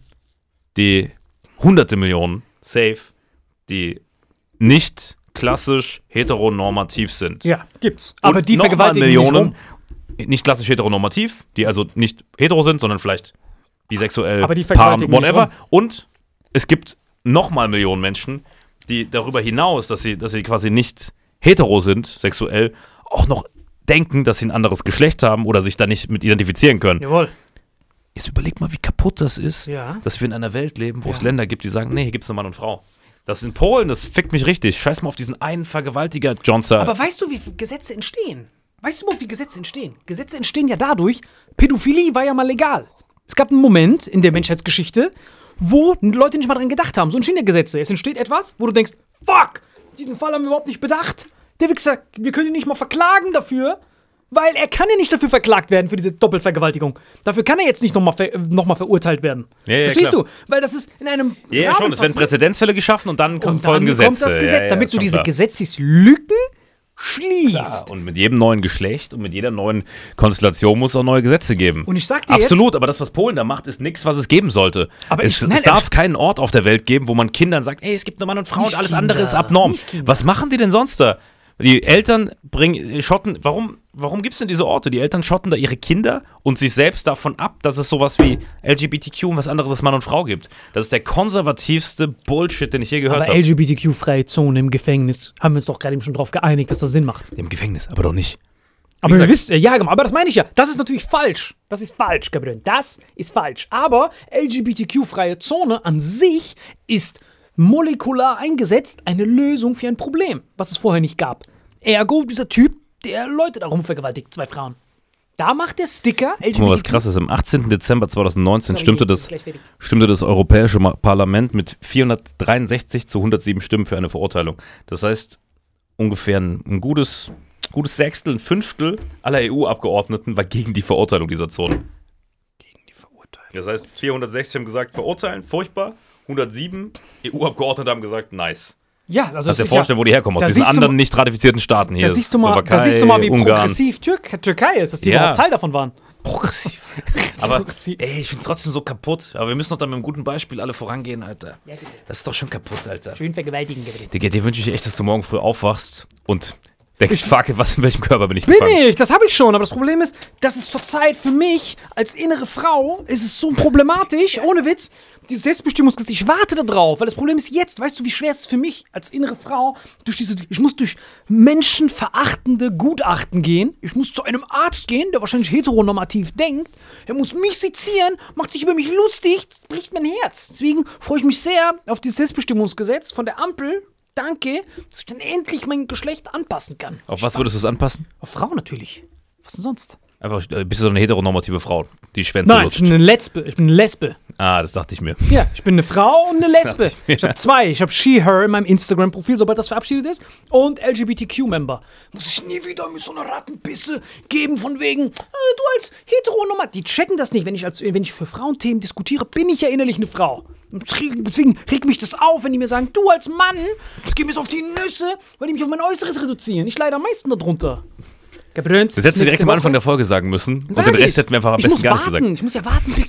die hunderte Millionen, safe, die nicht klassisch heteronormativ sind. Ja, gibt's. Aber Und die noch mal vergewaltigen Millionen, nicht nicht klassisch heteronormativ, die also nicht hetero sind, sondern vielleicht bisexuell, Aber die vergewaltigen Paaren, nicht whatever. rum. Und es gibt nochmal Millionen Menschen, die darüber hinaus, dass sie quasi nicht hetero sind, sexuell, auch noch denken, dass sie ein anderes Geschlecht haben oder sich da nicht mit identifizieren können. Jawohl. Jetzt überleg mal, wie kaputt das ist, Ja. dass wir in einer Welt leben, wo es Länder gibt, die sagen, nee, hier gibt es nur Mann und Frau. Das in Polen, das fickt mich richtig. Scheiß mal auf diesen einen Vergewaltiger, Johnson. Aber weißt du, wie Gesetze entstehen? Weißt du überhaupt, wie Gesetze entstehen? Gesetze entstehen ja dadurch, Pädophilie war ja mal legal. Es gab einen Moment in der Menschheitsgeschichte, wo Leute nicht mal dran gedacht haben. So entstehen ja Gesetze. Es entsteht etwas, wo du denkst, fuck, diesen Fall haben wir überhaupt nicht bedacht. Der Wichser, wir können ihn nicht mal verklagen dafür, weil er kann ja nicht dafür verklagt werden für diese Doppelvergewaltigung. Dafür kann er jetzt nicht nochmal noch mal verurteilt werden. Ja, Verstehst klar. du? Weil das ist in einem ja, Rahmen schon. Es werden passiert. Präzedenzfälle geschaffen und dann Und dann folgen Gesetze. kommt das Gesetz, Ja, damit ist du schon diese klar. Gesetzeslücken schließt. Ja, und mit jedem neuen Geschlecht und mit jeder neuen Konstellation muss es auch neue Gesetze geben. Und ich sag dir Absolut, aber das, was Polen da macht, ist nichts, was es geben sollte. Aber es nein, darf keinen Ort auf der Welt geben, wo man Kindern sagt, ey, es gibt nur Mann und Frau und Nicht alles andere ist Kinder, abnorm. nicht Kinder. Was machen die denn sonst da? Die Eltern schotten, warum gibt es denn diese Orte? Die Eltern schotten da ihre Kinder und sich selbst davon ab, dass es sowas wie LGBTQ und was anderes als Mann und Frau gibt. Das ist der konservativste Bullshit, den ich je gehört Aber habe. LGBTQ-freie Zone im Gefängnis, haben wir uns doch gerade eben schon drauf geeinigt, dass das Sinn macht. Im Gefängnis, aber doch nicht. Aber gesagt- ihr wisst, ja, aber das meine ich ja. Das ist natürlich falsch. Das ist falsch, Gabriel. Das ist falsch. Aber LGBTQ-freie Zone an sich ist molekular eingesetzt eine Lösung für ein Problem, was es vorher nicht gab. Ergo, dieser Typ, der Leute darum vergewaltigt, 2 Frauen. Da macht der Sticker Guck mal, was LGBTQ. krass ist. Am 18. Dezember 2019 Sorry, stimmte ich bin gleich fertig. das Europäische Parlament mit 463 zu 107 Stimmen für eine Verurteilung. Das heißt, ungefähr ein gutes Sechstel, ein Fünftel aller EU-Abgeordneten war gegen die Verurteilung dieser Zone. Gegen die Verurteilung. Das heißt, 460 haben gesagt, verurteilen, furchtbar. 107 EU-Abgeordnete haben gesagt, nice. Ja, also Kannst dir das ist vorstellen, wo die herkommen, aus da diesen siehst du anderen mal- nicht ratifizierten Staaten hier. da siehst du mal, wie Ungarn. progressiv Türkei ist, dass die Ja. überhaupt Teil davon waren. Progressiv. Aber Progressiv. ey, ich find's trotzdem so kaputt. Aber wir müssen doch dann mit einem guten Beispiel alle vorangehen, Alter. Das ist doch schon kaputt, Alter. Schön vergewaltigen, Gabriel. Digga, dir wünsche ich echt, dass du morgen früh aufwachst und Denkst, fuck, in welchem Körper bin ich Bin gefangen? ich, das habe ich schon, aber das Problem ist, das ist zurzeit für mich als innere Frau, ist es so problematisch, ohne Witz, dieses Selbstbestimmungsgesetz, ich warte da drauf, weil das Problem ist jetzt, weißt du, wie schwer es ist für mich als innere Frau, ich muss durch menschenverachtende Gutachten gehen, ich muss zu einem Arzt gehen, der wahrscheinlich heteronormativ denkt, er muss mich sezieren, macht sich über mich lustig, das bricht mein Herz. Deswegen freue ich mich sehr auf dieses Selbstbestimmungsgesetz von der Ampel. Danke, dass ich dann endlich mein Geschlecht anpassen kann. Auf was würdest du es anpassen? Auf Frau natürlich. Was denn sonst? Einfach, bist du so eine heteronormative Frau, die Schwänze Nein, lutscht? ich bin eine Lesbe. Ah, das dachte ich mir. Ja, ich bin eine Frau und eine Lesbe. dachte ich mir. Ich habe zwei. Ich habe She-Her in meinem Instagram-Profil, sobald das verabschiedet ist. Und LGBTQ-Member. Muss ich nie wieder mit so einer Rattenpisse geben von wegen, du als Heteronormat. Die checken das nicht. Wenn ich für Frauenthemen diskutiere, bin ich ja innerlich eine Frau. Deswegen regt mich das auf, wenn die mir sagen, du als Mann, das geht mir so auf die Nüsse, weil die mich auf mein Äußeres reduzieren. Ich leide am meisten darunter. Gabriel, Das hättest du direkt am Anfang der Folge sagen müssen. Und den Rest hätten wir einfach am besten gar nicht gesagt. Ich muss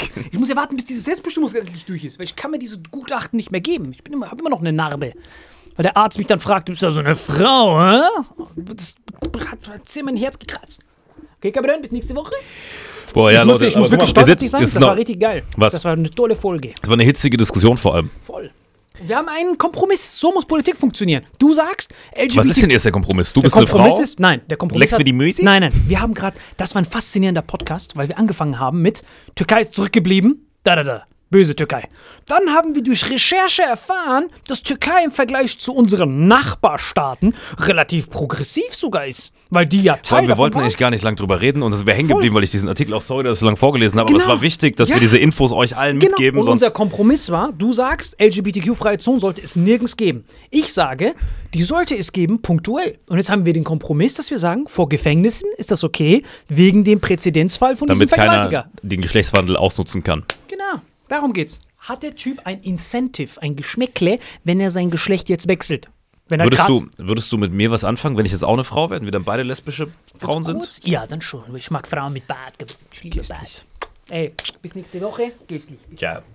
ja warten, bis dieses Selbstbestimmungsgesetz endlich durch ist. Weil ich kann mir diese Gutachten nicht mehr geben. Ich habe immer noch eine Narbe. Weil der Arzt mich dann fragt, du bist ja so eine Frau, hä? Das hat sehr mein Herz gekratzt. Okay, Gabriel, bis nächste Woche. Boah, ja, Leute, Ich muss wirklich stolz auf dich sein. Das war richtig geil. Was? Das war eine tolle Folge. Das war eine hitzige Diskussion vor allem. Voll. Wir haben einen Kompromiss. So muss Politik funktionieren. Du sagst, LGBT... Was ist denn jetzt der Kompromiss? Du Der bist eine Kompromiss Frau? ist, nein, der Kompromiss Leckst mir die Müsi? Nein, wir haben gerade, das war ein faszinierender Podcast, weil wir angefangen haben mit Türkei ist zurückgeblieben, böse Türkei. Dann haben wir durch Recherche erfahren, dass Türkei im Vergleich zu unseren Nachbarstaaten relativ progressiv sogar ist, weil die ja Vor allem, Teil wir wollten davon eigentlich gar nicht lang drüber reden und das wäre hängen Voll. geblieben, weil ich diesen Artikel auch, sorry, dass ich so lange vorgelesen habe, aber es Genau. war wichtig, dass Ja. wir diese Infos euch allen Genau, mitgeben, und sonst unser Kompromiss war, du sagst, LGBTQ-freie Zonen sollte es nirgends geben. Ich sage, die sollte es geben, punktuell. Und jetzt haben wir den Kompromiss, dass wir sagen, vor Gefängnissen ist das okay, wegen dem Präzedenzfall von damit diesem Vergewaltiger. keiner den Geschlechtswandel ausnutzen kann. Genau, darum geht's. Hat der Typ ein Incentive, ein Geschmäckle, wenn er sein Geschlecht jetzt wechselt? Wenn er Würdest du mit mir was anfangen, wenn ich jetzt auch eine Frau wäre, wenn wir dann beide lesbische Frauen sind? Ja, dann schon. Ich mag Frauen mit Bart. Ich liebe Bart. Ey, bis nächste Woche. Gößlich. Ja.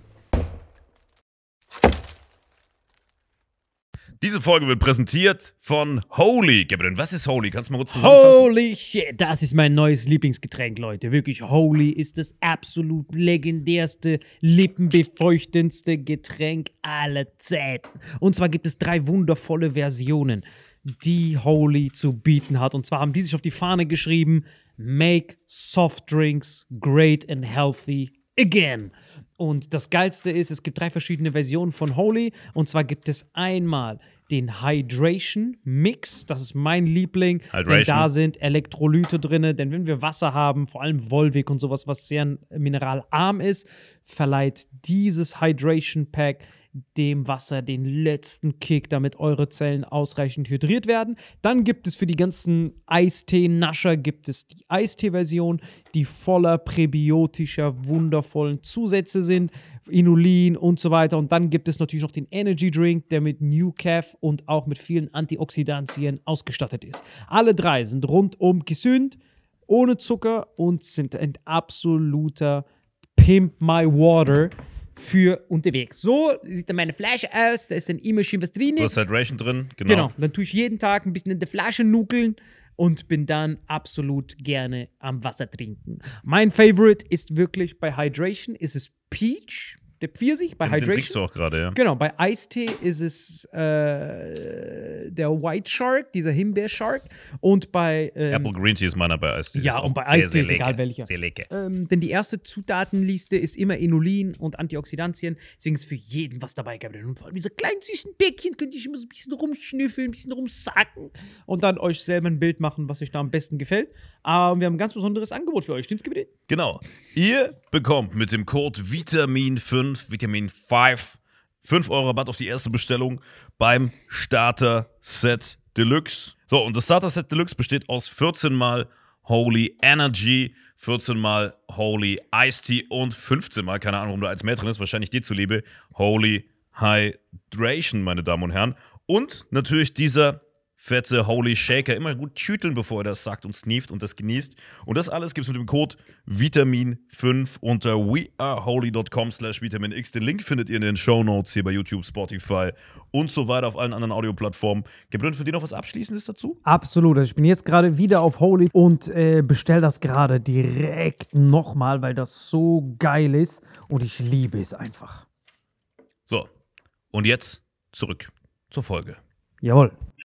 Diese Folge wird präsentiert von Holy. Gabriel, was ist Holy? Kannst du mal kurz zusammenfassen? Holy shit, das ist mein neues Lieblingsgetränk, Leute. Wirklich, Holy ist das absolut legendärste, lippenbefeuchtendste Getränk aller Zeiten. Und zwar gibt es 3 wundervolle Versionen, die Holy zu bieten hat. Und zwar haben die sich auf die Fahne geschrieben, Make Soft Drinks Great and Healthy Again. Und das Geilste ist, es gibt 3 verschiedene Versionen von Holy. Und zwar gibt es einmal den Hydration Mix. Das ist mein Liebling. Denn Hydration. da sind Elektrolyte drin. Denn wenn wir Wasser haben, vor allem Volvic und sowas, was sehr mineralarm ist, verleiht dieses Hydration Pack dem Wasser den letzten Kick, damit eure Zellen ausreichend hydriert werden. Dann gibt es für die ganzen Eistee-Nascher gibt es die Eistee-Version, die voller präbiotischer, wundervollen Zusätze sind, Inulin und so weiter. Und dann gibt es natürlich noch den Energy Drink, der mit New Caf und auch mit vielen Antioxidantien ausgestattet ist. Alle 3 sind rundum gesund, ohne Zucker und sind ein absoluter Pimp My Water für unterwegs. So sieht dann meine Flasche aus. Da ist dann immer schön was drin. Du hast Hydration drin, Genau. Dann tue ich jeden Tag ein bisschen in der Flasche nuckeln und bin dann absolut gerne am Wasser trinken. Mein Favorite ist wirklich bei Hydration, ist es Peach, der Pfirsich bei Den trinkst Hydration. du auch gerade, ja. Genau, bei Eistee ist es der White Shark, dieser Himbeer-Shark. Und bei Apple Green Tea ist meiner bei Eistee. Ja, Ist auch und bei sehr, Eistee sehr ist lecker. egal welcher. Sehr lecker. denn die erste Zutatenliste ist immer Inulin und Antioxidantien. Deswegen ist für jeden was dabei, Gabriel. Und vor allem diese kleinen süßen Bäckchen könnt ihr immer so ein bisschen rumschnüffeln, ein bisschen rumsacken und dann euch selber ein Bild machen, was euch da am besten gefällt. Aber wir haben ein ganz besonderes Angebot für euch. Stimmt's, Gabriel? Genau. Ihr bekommt mit dem Code Vitamin5, Vitamin 5 Euro Rabatt auf die erste Bestellung beim Starter Set Deluxe. So, und das Starter Set Deluxe besteht aus 14 mal Holy Energy, 14 mal Holy Iced Tea und 15 mal, keine Ahnung, warum da eins mehr drin ist, wahrscheinlich dir zuliebe, Holy Hydration, meine Damen und Herren. Und natürlich dieser fette Holy Shaker. Immer gut tüteln, bevor ihr das sagt und sneeft und das genießt. Und das alles gibt's mit dem Code Vitamin5 unter weareholy.com/vitaminx. Den Link findet ihr in den Shownotes hier bei YouTube, Spotify und so weiter auf allen anderen Audioplattformen. Gebrünn, für dich noch was Abschließendes dazu? Absolut. Also ich bin jetzt gerade wieder auf Holy und bestell das gerade direkt nochmal, weil das so geil ist und ich liebe es einfach. So, und jetzt zurück zur Folge. Jawohl.